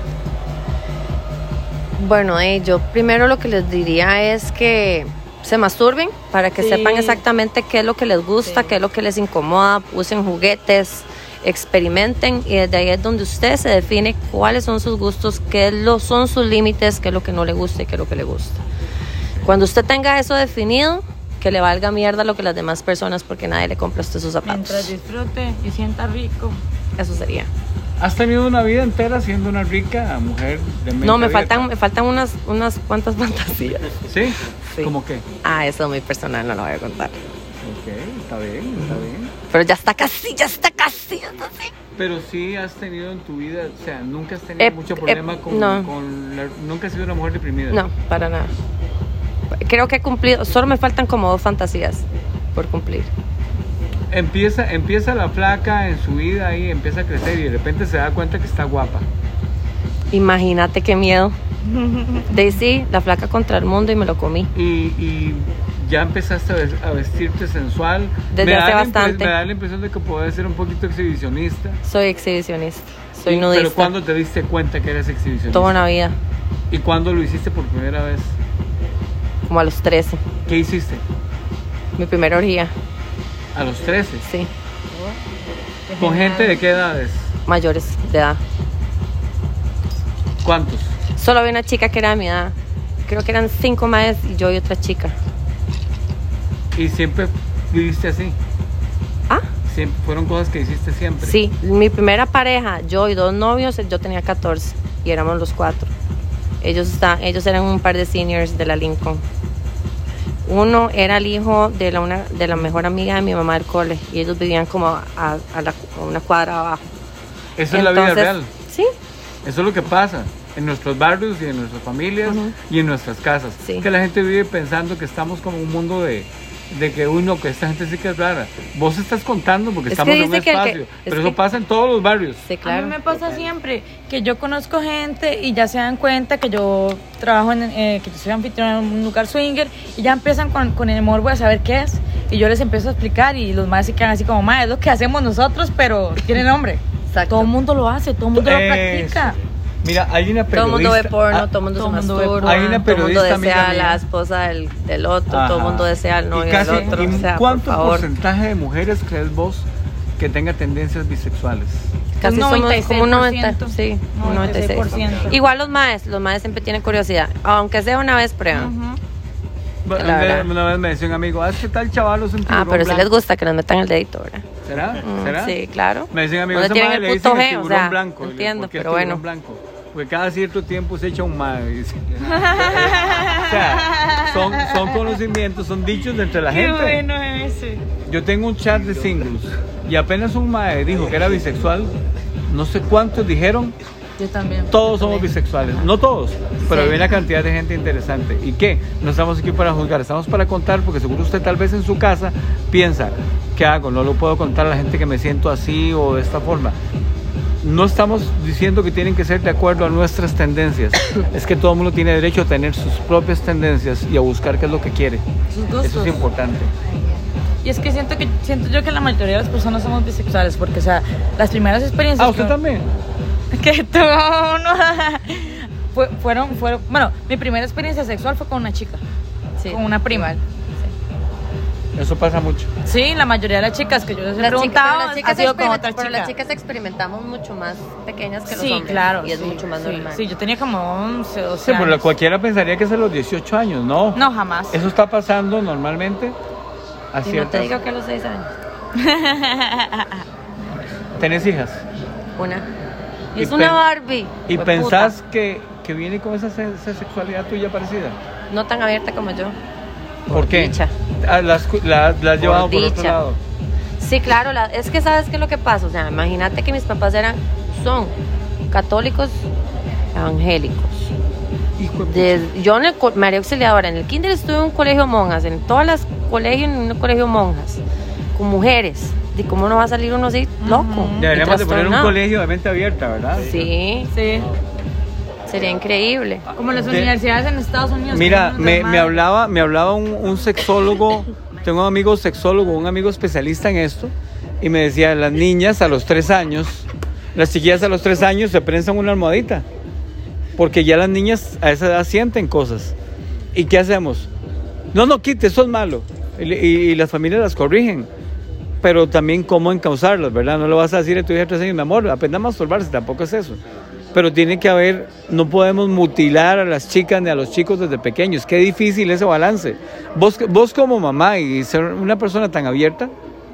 Bueno, yo primero lo que les diría es que se masturben para que sepan exactamente qué es lo que les gusta, qué es lo que les incomoda, usen juguetes, experimenten, y desde ahí es donde usted se define cuáles son sus gustos, son sus límites, qué es lo que no le gusta y qué es lo que le gusta. Cuando usted tenga eso definido, que le valga mierda lo que las demás personas, porque nadie le compra a usted sus zapatos. Mientras disfrute y sienta rico. Eso sería. ¿Has tenido una vida entera siendo una rica mujer de mente No, me abierta? faltan unas cuantas fantasías. ¿Sí? Sí. ¿Cómo qué? Eso es muy personal, no lo voy a contar. Ok, está bien. Pero ya está casi. Pero sí has tenido en tu vida, o sea, nunca has tenido mucho problema nunca has sido una mujer deprimida. No, para nada. Creo que he cumplido, solo me faltan como 2 fantasías por cumplir. Empieza la flaca en su vida ahí, empieza a crecer y de repente se da cuenta que está guapa. Imagínate qué miedo. Daisy, la flaca contra el mundo, y me lo comí. Y ya empezaste a vestirte sensual. Desde hace bastante. Me da la impresión de que puedes ser un poquito exhibicionista. Soy exhibicionista, soy nudista. ¿Pero cuándo te diste cuenta que eres exhibicionista? Toda una vida. ¿Y cuándo lo hiciste por primera vez? Como a los 13. ¿Qué hiciste? Mi primera orgía. ¿A los 13? Sí. ¿Con gente de qué edades? Mayores de edad. ¿Cuántos? Solo había una chica que era de mi edad. Creo que eran 5 más y yo y otra chica. ¿Y siempre viviste así? ¿Ah? ¿Siempre fueron cosas que hiciste siempre? Sí, mi primera pareja, yo y 2 novios, yo tenía 14 y éramos los 4. Ellos eran un par de seniors de la Lincoln. Uno era el hijo de la mejor amiga de mi mamá del cole y ellos vivían como a una cuadra abajo. Eso es la vida real. Sí. Eso es lo que pasa en nuestros barrios y en nuestras familias y en nuestras casas. Sí. Que la gente vive pensando que estamos como un mundo de que uno, que esta gente sí que es rara. Vos estás contando porque estamos en un espacio, pero eso pasa en todos los barrios. Sí, claro. A mí me pasa siempre que yo conozco gente y ya se dan cuenta que yo trabajo que yo soy anfitriona en un lugar swinger y ya empiezan con el morbo de saber qué es y yo les empiezo a explicar y los más se quedan así como, ma, es lo que hacemos nosotros, pero tiene nombre. Exacto. Todo el mundo lo hace, todo el mundo lo practica. Mira, hay una periodista. Todo el mundo ve porno, todo el mundo se masturba. Hay una periodista, todo el mundo desea a amiga la mía. esposa del otro, todo el mundo desea al novio del otro. O sea, ¿cuánto por favor. porcentaje de mujeres crees vos que tenga tendencias bisexuales? Casi somos como un 90%. Sí, un 96%. Igual los maes siempre tienen curiosidad. Aunque sea una vez, prueban. Una vez me decía un amigo, es que tal chaval es un tiburón Pero si blanco. les gusta que nos metan el dedito, ¿verdad? ¿Será? ¿Será? Sí, claro. Me dicen amigos, ¿Dónde tienen el puto G? O sea, blanco. entiendo, pero tiburón bueno. Blanco? Porque cada cierto tiempo se echa un mae. Dice. O sea, son conocimientos, son dichos de entre la gente. Qué bueno ese. Yo tengo un chat de singles y apenas un mae dijo que era bisexual, no sé cuántos dijeron. Yo también. Todos somos bisexuales, no todos, pero Sí. hay una cantidad de gente interesante. ¿Y qué? No estamos aquí para juzgar, estamos para contar, porque seguro usted tal vez en su casa piensa, ¿qué hago? No lo puedo contar a la gente que me siento así o de esta forma. No estamos diciendo que tienen que ser de acuerdo a nuestras tendencias. Es que todo el mundo tiene derecho a tener sus propias tendencias y a buscar qué es lo que quiere. Sus gustos. Eso es importante. Y es que siento yo que la mayoría de las personas somos bisexuales, porque, o sea, las primeras experiencias... Ah, ¿usted también? Que tuvo uno... fueron... Bueno, mi primera experiencia sexual fue con una chica, Sí. con una prima. Eso pasa mucho. Sí, la mayoría de las chicas que yo les he preguntado ha sido con otra chica. Pero las chicas experimentamos mucho más pequeñas que los Sí, hombres. claro. Y es sí, mucho más sí, normal. Sí, yo tenía como 11, 12 Sí, años. pero cualquiera pensaría que es a los 18 años, ¿no? No, jamás. Eso está pasando normalmente a Y no te ciertas... digo que a los 6 años. ¿Tenés hijas? Una. Y Y es una pen- Barbie. ¿Y Fue pensás que viene con esa sexualidad tuya parecida? puta. No tan abierta como yo. ¿Por qué? dicha. Ah, las has llevado por otro dicha. lado. Sí, claro, es que sabes qué es lo que pasa. O sea, imagínate que mis papás son católicos evangélicos. Hijo de pucha. Yo en el María Auxiliadora, en el kinder estuve en un colegio monjas, en todas las colegios en un colegio monjas, con mujeres. ¿De cómo no va a salir uno así loco? y Deberíamos de poner un trastornado? colegio de mente abierta, ¿verdad? Sí, Sí, sería increíble. como las De- universidades en Estados Unidos. Mira, que son me normales. hablaba un sexólogo, tengo un amigo sexólogo, un amigo especialista en esto, y me decía, las niñas a los 3 años, las chiquillas a los 3 años se prensan una almohadita, porque ya las niñas a esa edad sienten cosas. ¿Y qué hacemos? No, quite, eso es malo. Y las familias las corrigen, pero también cómo encauzarlas, ¿verdad? No le vas a decir a tu hija de 3 años, mi amor, aprenda a masturbarse, tampoco es eso. Pero tiene que haber, no podemos mutilar a las chicas ni a los chicos desde pequeños. Qué difícil ese balance. Vos como mamá y ser una persona tan abierta,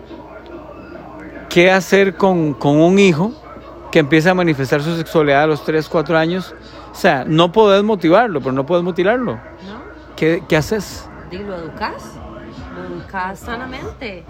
¿qué hacer con un hijo que empieza a manifestar su sexualidad a los 3, 4 años? O sea, no podés motivarlo, pero no podés mutilarlo. ¿No? ¿Qué haces? ¿Lo educas? Lo educas sanamente,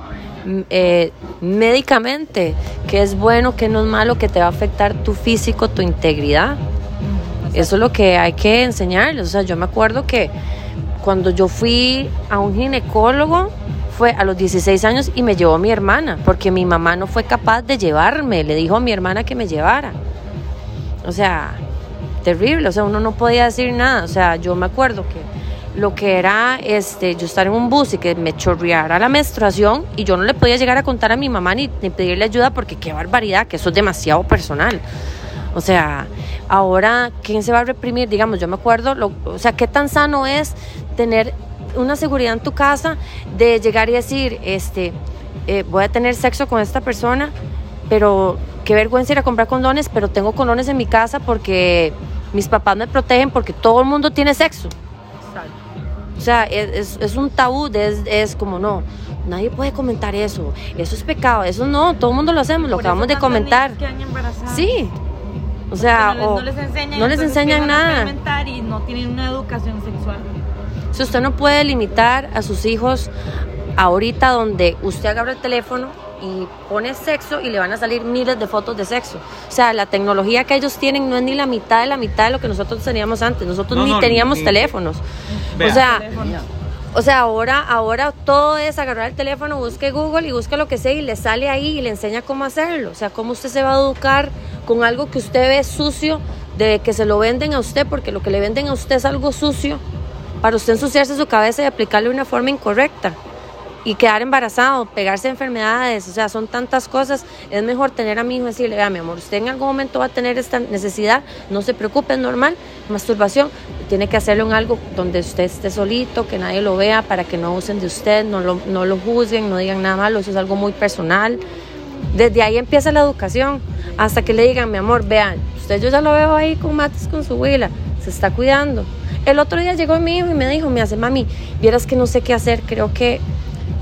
médicamente, que es bueno, que no es malo, que te va a afectar tu físico, tu integridad. Eso es lo que hay que enseñarles. O sea, yo me acuerdo que cuando yo fui a un ginecólogo fue a los 16 años y me llevó mi hermana, porque mi mamá no fue capaz de llevarme, le dijo a mi hermana que me llevara. O sea, terrible, o sea, uno no podía decir nada. O sea, yo me acuerdo que lo que era yo estar en un bus y que me chorreara la menstruación y yo no le podía llegar a contar a mi mamá ni pedirle ayuda, porque qué barbaridad, que eso es demasiado personal. O sea, ahora, ¿quién se va a reprimir? Digamos, yo me acuerdo, o sea, qué tan sano es tener una seguridad en tu casa de llegar y decir, voy a tener sexo con esta persona, pero qué vergüenza ir a comprar condones, pero tengo condones en mi casa porque mis papás me protegen, porque todo el mundo tiene sexo. O sea, es un tabú, es como no, nadie puede comentar eso es pecado, eso no, todo el mundo lo hacemos, lo acabamos de comentar. Sí, o sea, no les enseñan nada. Y no tienen una educación sexual. Si usted no puede limitar a sus hijos ahorita, donde usted agarra el teléfono y pone sexo y le van a salir miles de fotos de sexo. O sea, la tecnología que ellos tienen no es ni la mitad de lo que nosotros teníamos antes. Nosotros ni teníamos teléfonos. Vea. O sea, ahora todo es agarrar el teléfono, busque Google y busque lo que sea y le sale ahí y le enseña cómo hacerlo. O sea, cómo usted se va a educar con algo que usted ve sucio, de que se lo venden a usted, porque lo que le venden a usted es algo sucio, para usted ensuciarse su cabeza y aplicarle de una forma incorrecta y quedar embarazado, pegarse a enfermedades. O sea, son tantas cosas. Es mejor tener a mi hijo y decirle, vea, mi amor, usted en algún momento va a tener esta necesidad, no se preocupe, es normal, masturbación, tiene que hacerlo en algo donde usted esté solito, que nadie lo vea, para que no usen de usted, no lo juzguen, no digan nada malo, eso es algo muy personal. Desde ahí empieza la educación, hasta que le digan, mi amor, vean, usted, yo ya lo veo ahí con mates con su huila, se está cuidando. El otro día llegó mi hijo y me dijo, me hace, mami, vieras que no sé qué hacer, creo que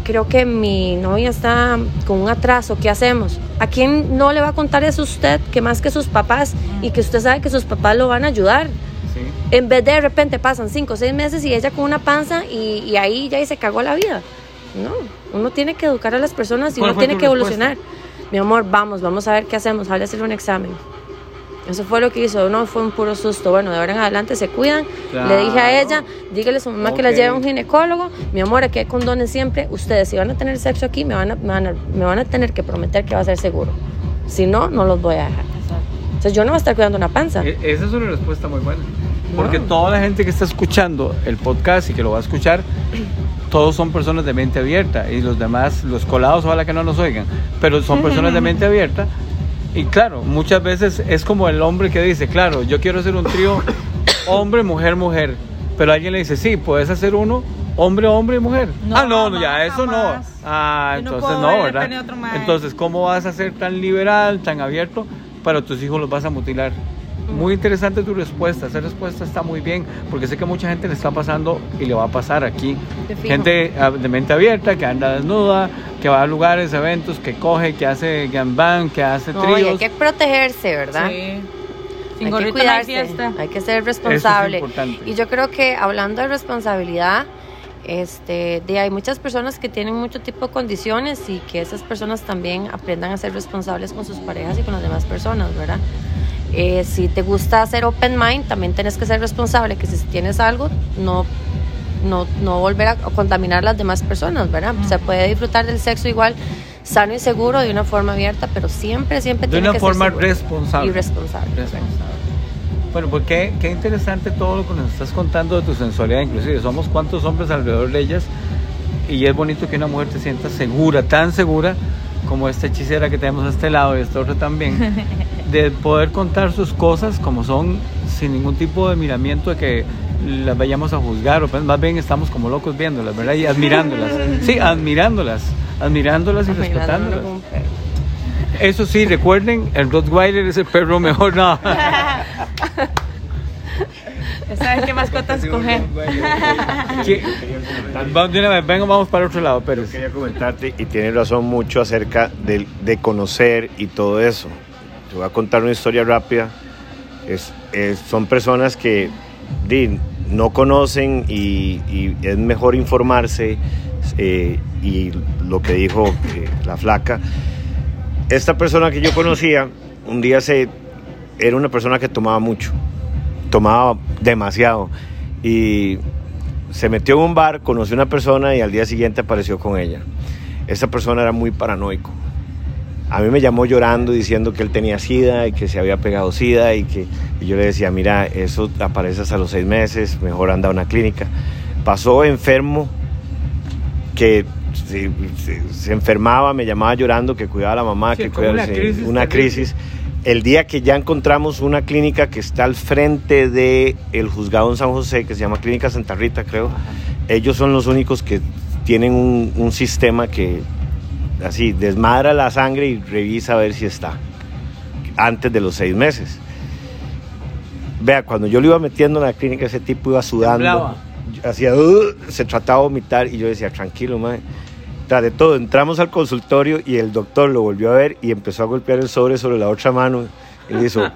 creo que mi novia está con un atraso, ¿qué hacemos? ¿A quién no le va a contar eso usted, que más que sus papás, y que usted sabe que sus papás lo van a ayudar? Sí. En vez de repente pasan 5 o 6 meses y ella con una panza y ahí ya se cagó la vida. No, uno tiene que educar a las personas y uno tiene que evolucionar. Mi amor, vamos a ver qué hacemos, vale hacer un examen. Eso fue lo que hizo, no fue un puro susto. Bueno, de ahora en adelante se cuidan. Claro. Le dije a ella, dígale a su mamá que la lleve a un ginecólogo. Mi amor, aquí hay condones siempre. Ustedes, si van a tener sexo aquí, me van a tener que prometer que va a ser seguro. Si no, no los voy a dejar. Entonces yo no voy a estar cuidando una panza. Esa es una respuesta muy buena. Porque toda la gente que está escuchando el podcast y que lo va a escuchar, todos son personas de mente abierta. Y los demás, los colados, ojalá que no nos oigan. Pero son personas de mente abierta. Y claro, muchas veces es como el hombre que dice, claro, yo quiero hacer un trío hombre, mujer, mujer. Pero alguien le dice, sí, puedes hacer uno hombre, hombre y mujer. No, ya eso jamás. No. Entonces no, ¿verdad? Entonces, ¿cómo vas a ser tan liberal, tan abierto, pero tus hijos los vas a mutilar? Muy interesante tu respuesta. Esa respuesta está muy bien, porque sé que mucha gente le está pasando y le va a pasar aquí. Gente de mente abierta, que anda desnuda, que va a lugares, eventos, que coge, que hace gangbang, que hace tríos. Y hay que protegerse, ¿verdad? Sí. Sin hay que cuidarse, hay que ser responsable. Y yo creo que hablando de responsabilidad, hay muchas personas que tienen mucho tipo de condiciones y que esas personas también aprendan a ser responsables con sus parejas y con las demás personas, ¿verdad? Si te gusta hacer open mind, también tienes que ser responsable, que si tienes algo, no volver a contaminar a las demás personas, ¿verdad? Se puede disfrutar del sexo igual, sano y seguro, de una forma abierta, pero siempre tiene que ser seguro. De una forma responsable. Y responsable. Bueno, pues qué interesante todo lo que nos estás contando de tu sensualidad, inclusive somos cuantos hombres alrededor de ellas, y es bonito que una mujer te sienta segura, tan segura como esta hechicera que tenemos a este lado y esta otra también, de poder contar sus cosas como son, sin ningún tipo de miramiento de que las vayamos a juzgar, o más bien estamos como locos viéndolas, ¿verdad? Y admirándolas. Sí, admirándolas y respetándolas. Eso sí, recuerden, el Rottweiler es el perro mejor, no. ¿Sabes qué mascotas escoger? Venga, vamos para otro lado, pero quería comentarte, y tienes razón mucho acerca de conocer y todo eso. Te voy a contar una historia rápida. Son personas que no conocen y es mejor informarse, y lo que dijo la flaca. Esta persona que yo conocía, un día era una persona que tomaba mucho, tomaba demasiado, y se metió en un bar, conoció a una persona y al día siguiente apareció con ella. Esta persona era muy paranoico. A mí me llamó llorando diciendo que él tenía SIDA y que se había pegado SIDA, y yo le decía, mira, eso aparece hasta los 6 meses, mejor anda a una clínica. Pasó enfermo, que se enfermaba, me llamaba llorando, que cuidaba a la mamá, sí, que cuidaba una crisis. El día que ya encontramos una clínica que está al frente del juzgado en San José, que se llama Clínica Santa Rita, creo. Ajá. Ellos son los únicos que tienen un sistema que así desmadra la sangre y revisa a ver si está antes de los 6 meses. Vea, cuando yo lo iba metiendo en la clínica, ese tipo iba sudando, hacía se trataba de vomitar, y yo decía, tranquilo, madre. Tras de todo, entramos al consultorio y el doctor lo volvió a ver y empezó a golpear el sobre la otra mano, y le hizo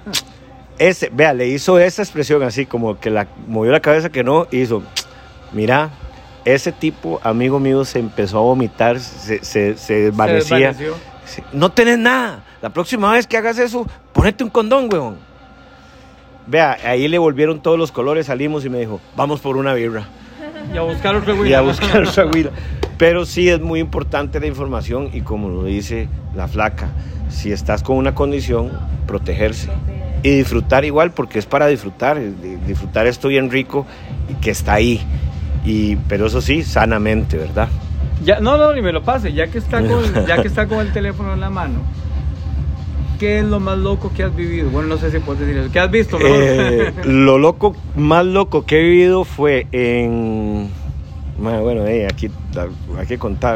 le hizo esa expresión así como que movió la cabeza que no, y hizo, mira, ese tipo, amigo mío, se empezó a vomitar, se desvanecía. No tenés nada, la próxima vez que hagas eso, ponete un condón, weón. Vea, ahí le volvieron todos los colores, salimos y me dijo, vamos por una birra. Y a buscar otra huila. Pero sí es muy importante la información, y como lo dice la flaca, si estás con una condición, protegerse y disfrutar igual, porque es para disfrutar esto bien rico y que está ahí, pero eso sí, sanamente, ¿verdad? Ya, no, ni me lo pase, ya que está con el teléfono en la mano. ¿Qué es lo más loco que has vivido? Bueno, no sé si puedes decir eso. ¿Qué has visto? Lo más loco que he vivido fue en... Bueno, aquí hay que contar.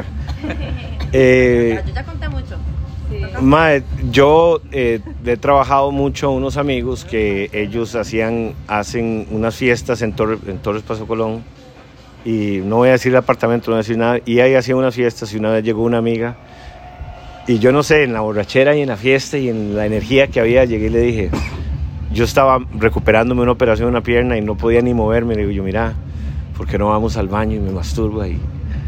Yo ya conté mucho. Sí. Yo he trabajado mucho con unos amigos que ellos hacen unas fiestas en Torres Paso Colón, y no voy a decir el apartamento, no voy a decir nada, y ahí hacía unas fiestas y una vez llegó una amiga y yo no sé, en la borrachera y en la fiesta y en la energía que había, llegué y le dije, yo estaba recuperándome una operación en una pierna y no podía ni moverme, le digo yo, mira, ¿por qué no vamos al baño y me masturbo ahí?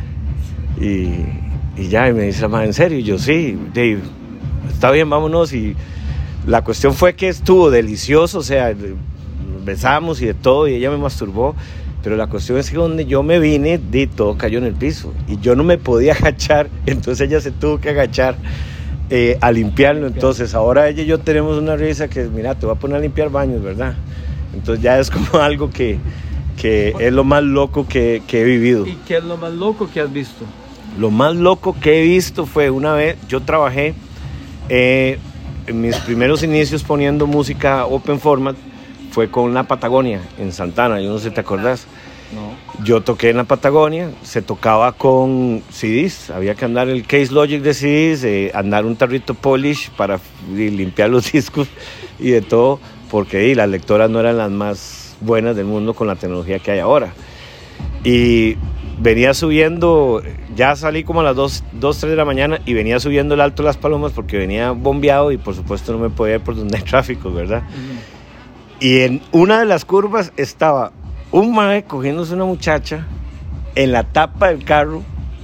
Y ya, y me dice la madre, ¿en serio? Y yo, sí, Dave, está bien, vámonos. Y la cuestión fue que estuvo delicioso, o sea, besamos y de todo, y ella me masturbó, pero la cuestión es que donde yo me vine, todo cayó en el piso, y yo no me podía agachar, entonces ella se tuvo que agachar a limpiarlo. Entonces ahora ella y yo tenemos una risa que, mira, te voy a poner a limpiar baños, ¿verdad? Entonces ya es como algo que es lo más loco que he vivido. ¿Y qué es lo más loco que has visto? Lo más loco que he visto fue una vez, yo trabajé en mis primeros inicios poniendo música open format, fue con la Patagonia en Santana, yo no sé si te acordás. No. Yo toqué en la Patagonia, se tocaba con CDs, había que andar el Case Logic de CDs, andar un tarrito polish para limpiar los discos y de todo, porque las lectoras no eran las más buenas del mundo con la tecnología que hay ahora. Y venía subiendo, ya salí como a las 2, 3 de la mañana y venía subiendo el Alto de las Palomas porque venía bombeado y por supuesto no me podía ir por donde hay tráfico, ¿verdad? Y en una de las curvas estaba un mae cogiéndose una muchacha en la tapa del carro,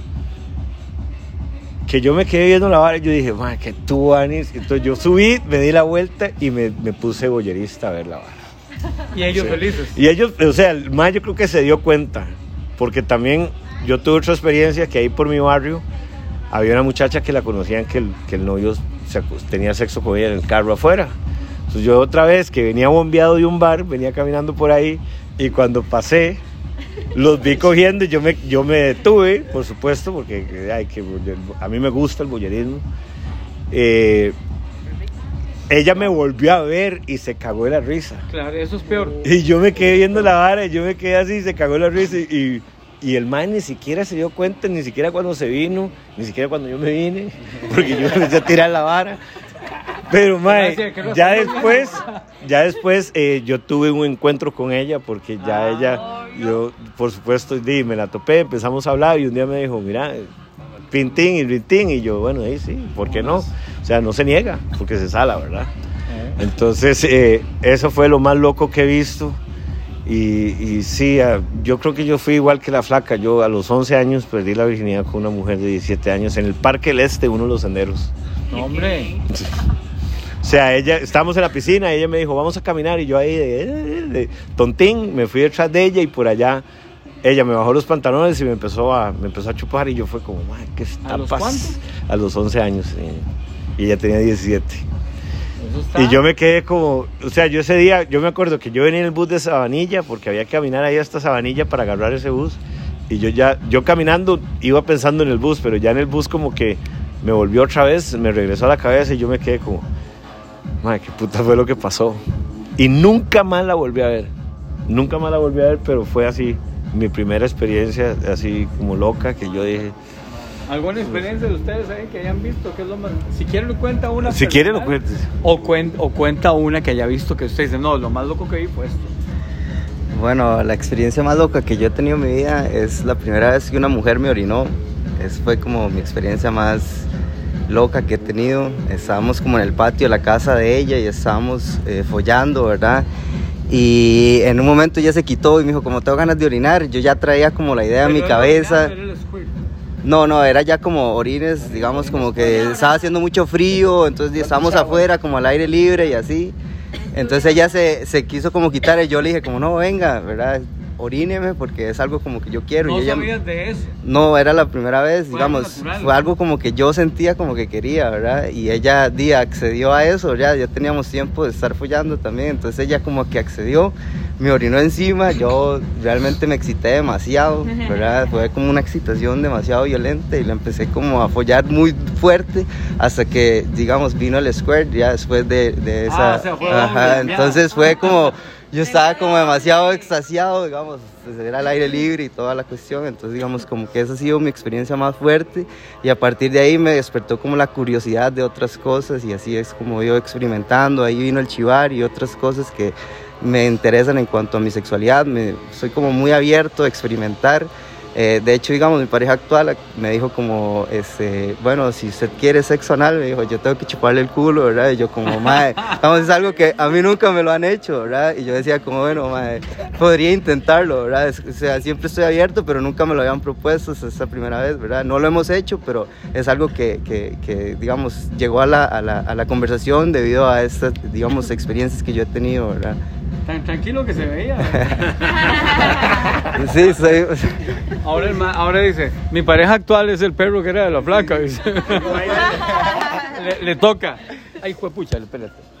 que yo me quedé viendo la vara y yo dije, mae, que tú, Anis. Entonces yo subí, me di la vuelta y me puse boyerista a ver la vara. ¿Y ellos felices? Y ellos, o sea, el mae yo creo que se dio cuenta, porque también yo tuve otra experiencia que ahí por mi barrio había una muchacha que la conocían que el novio tenía sexo con ella en el carro afuera. Entonces yo otra vez que venía bombeado de un bar, venía caminando por ahí y cuando pasé los vi cogiendo y yo me detuve, por supuesto, porque a mí me gusta el boyerismo. Ella me volvió a ver y se cagó de la risa. Claro, eso es peor. Y yo me quedé viendo la vara y yo me quedé así, se cagó de la risa y el man ni siquiera se dio cuenta, ni siquiera cuando se vino, ni siquiera cuando yo me vine, porque yo empecé a tirar la vara. Pero mae, ya después yo tuve un encuentro con ella porque ya yo por supuesto me la topé, empezamos a hablar y un día me dijo, mira, pintín y rintín, y yo, bueno, ahí sí, ¿por qué no? O sea, no se niega, porque se sala, ¿verdad? Entonces eso fue lo más loco que he visto y sí, yo creo que yo fui igual que la flaca. Yo a los 11 años perdí la virginidad con una mujer de 17 años en el Parque del Este, uno de los senderos. No, hombre. O sea, estábamos en la piscina y ella me dijo, vamos a caminar, y yo ahí de tontín me fui detrás de ella y por allá ella me bajó los pantalones y me empezó a chupar y yo fue como, madre, ¿qué está pasando? ¿A los cuántos? A los 11 años y ella tenía 17. Y yo me quedé como, o sea, yo ese día, yo me acuerdo que yo venía en el bus de Sabanilla porque había que caminar ahí hasta Sabanilla para agarrar ese bus y yo caminando iba pensando en el bus, pero ya en el bus como que me volvió otra vez, me regresó a la cabeza y yo me quedé como, madre, qué puta fue lo que pasó. Y nunca más la volví a ver, pero fue así, mi primera experiencia así como loca que yo dije. ¿Alguna experiencia de ustedes que hayan visto? ¿Qué es lo más? Si quieren cuenta una. Si quieren lo cuentes. O cuenta una que haya visto que usted dice, no, lo más loco que vi fue esto. Bueno, la experiencia más loca que yo he tenido en mi vida es la primera vez que una mujer me orinó. Esa fue como mi experiencia más loca que he tenido. Estábamos como en el patio de la casa de ella y estábamos follando, ¿verdad? Y en un momento ya se quitó y me dijo, como tengo ganas de orinar, yo ya traía como la idea en mi cabeza. No, era ya como orines, digamos, como que estaba haciendo mucho frío, entonces estábamos afuera como al aire libre y así. Entonces ella se quiso como quitar y yo le dije como, no, venga, ¿verdad? Oríneme porque es algo como que yo quiero. ¿No y ella, sabías de eso? No, era la primera vez, digamos, fue algo como que yo sentía como que quería, ¿verdad? Y ella accedió a eso, ya teníamos tiempo de estar follando también, entonces ella como que accedió, me orinó encima, yo realmente me excité demasiado, ¿verdad? Fue como una excitación demasiado violenta y la empecé como a follar muy fuerte hasta que, digamos, vino el squirt ya después de esa... O sea, fue entonces fue como... Yo estaba como demasiado extasiado, digamos, pues era al aire libre y toda la cuestión, entonces digamos como que esa ha sido mi experiencia más fuerte y a partir de ahí me despertó como la curiosidad de otras cosas y así es como yo experimentando, ahí vino el chivar y otras cosas que me interesan en cuanto a mi sexualidad, soy como muy abierto a experimentar. De hecho, digamos, mi pareja actual me dijo como, bueno, si usted quiere sexo anal, me dijo, yo tengo que chuparle el culo, ¿verdad? Y yo como, mae, vamos, es algo que a mí nunca me lo han hecho, ¿verdad? Y yo decía como, bueno, mae, podría intentarlo, ¿verdad? O sea, siempre estoy abierto, pero nunca me lo habían propuesto, es esta primera vez, ¿verdad? No lo hemos hecho, pero es algo que digamos, llegó a la conversación debido a estas, digamos, experiencias que yo he tenido, ¿verdad? Tan tranquilo que se veía. Sí, soy... Ahora dice, mi pareja actual es el perro que era de la flaca. Dice. Le toca. Ay, juepucha, espérate.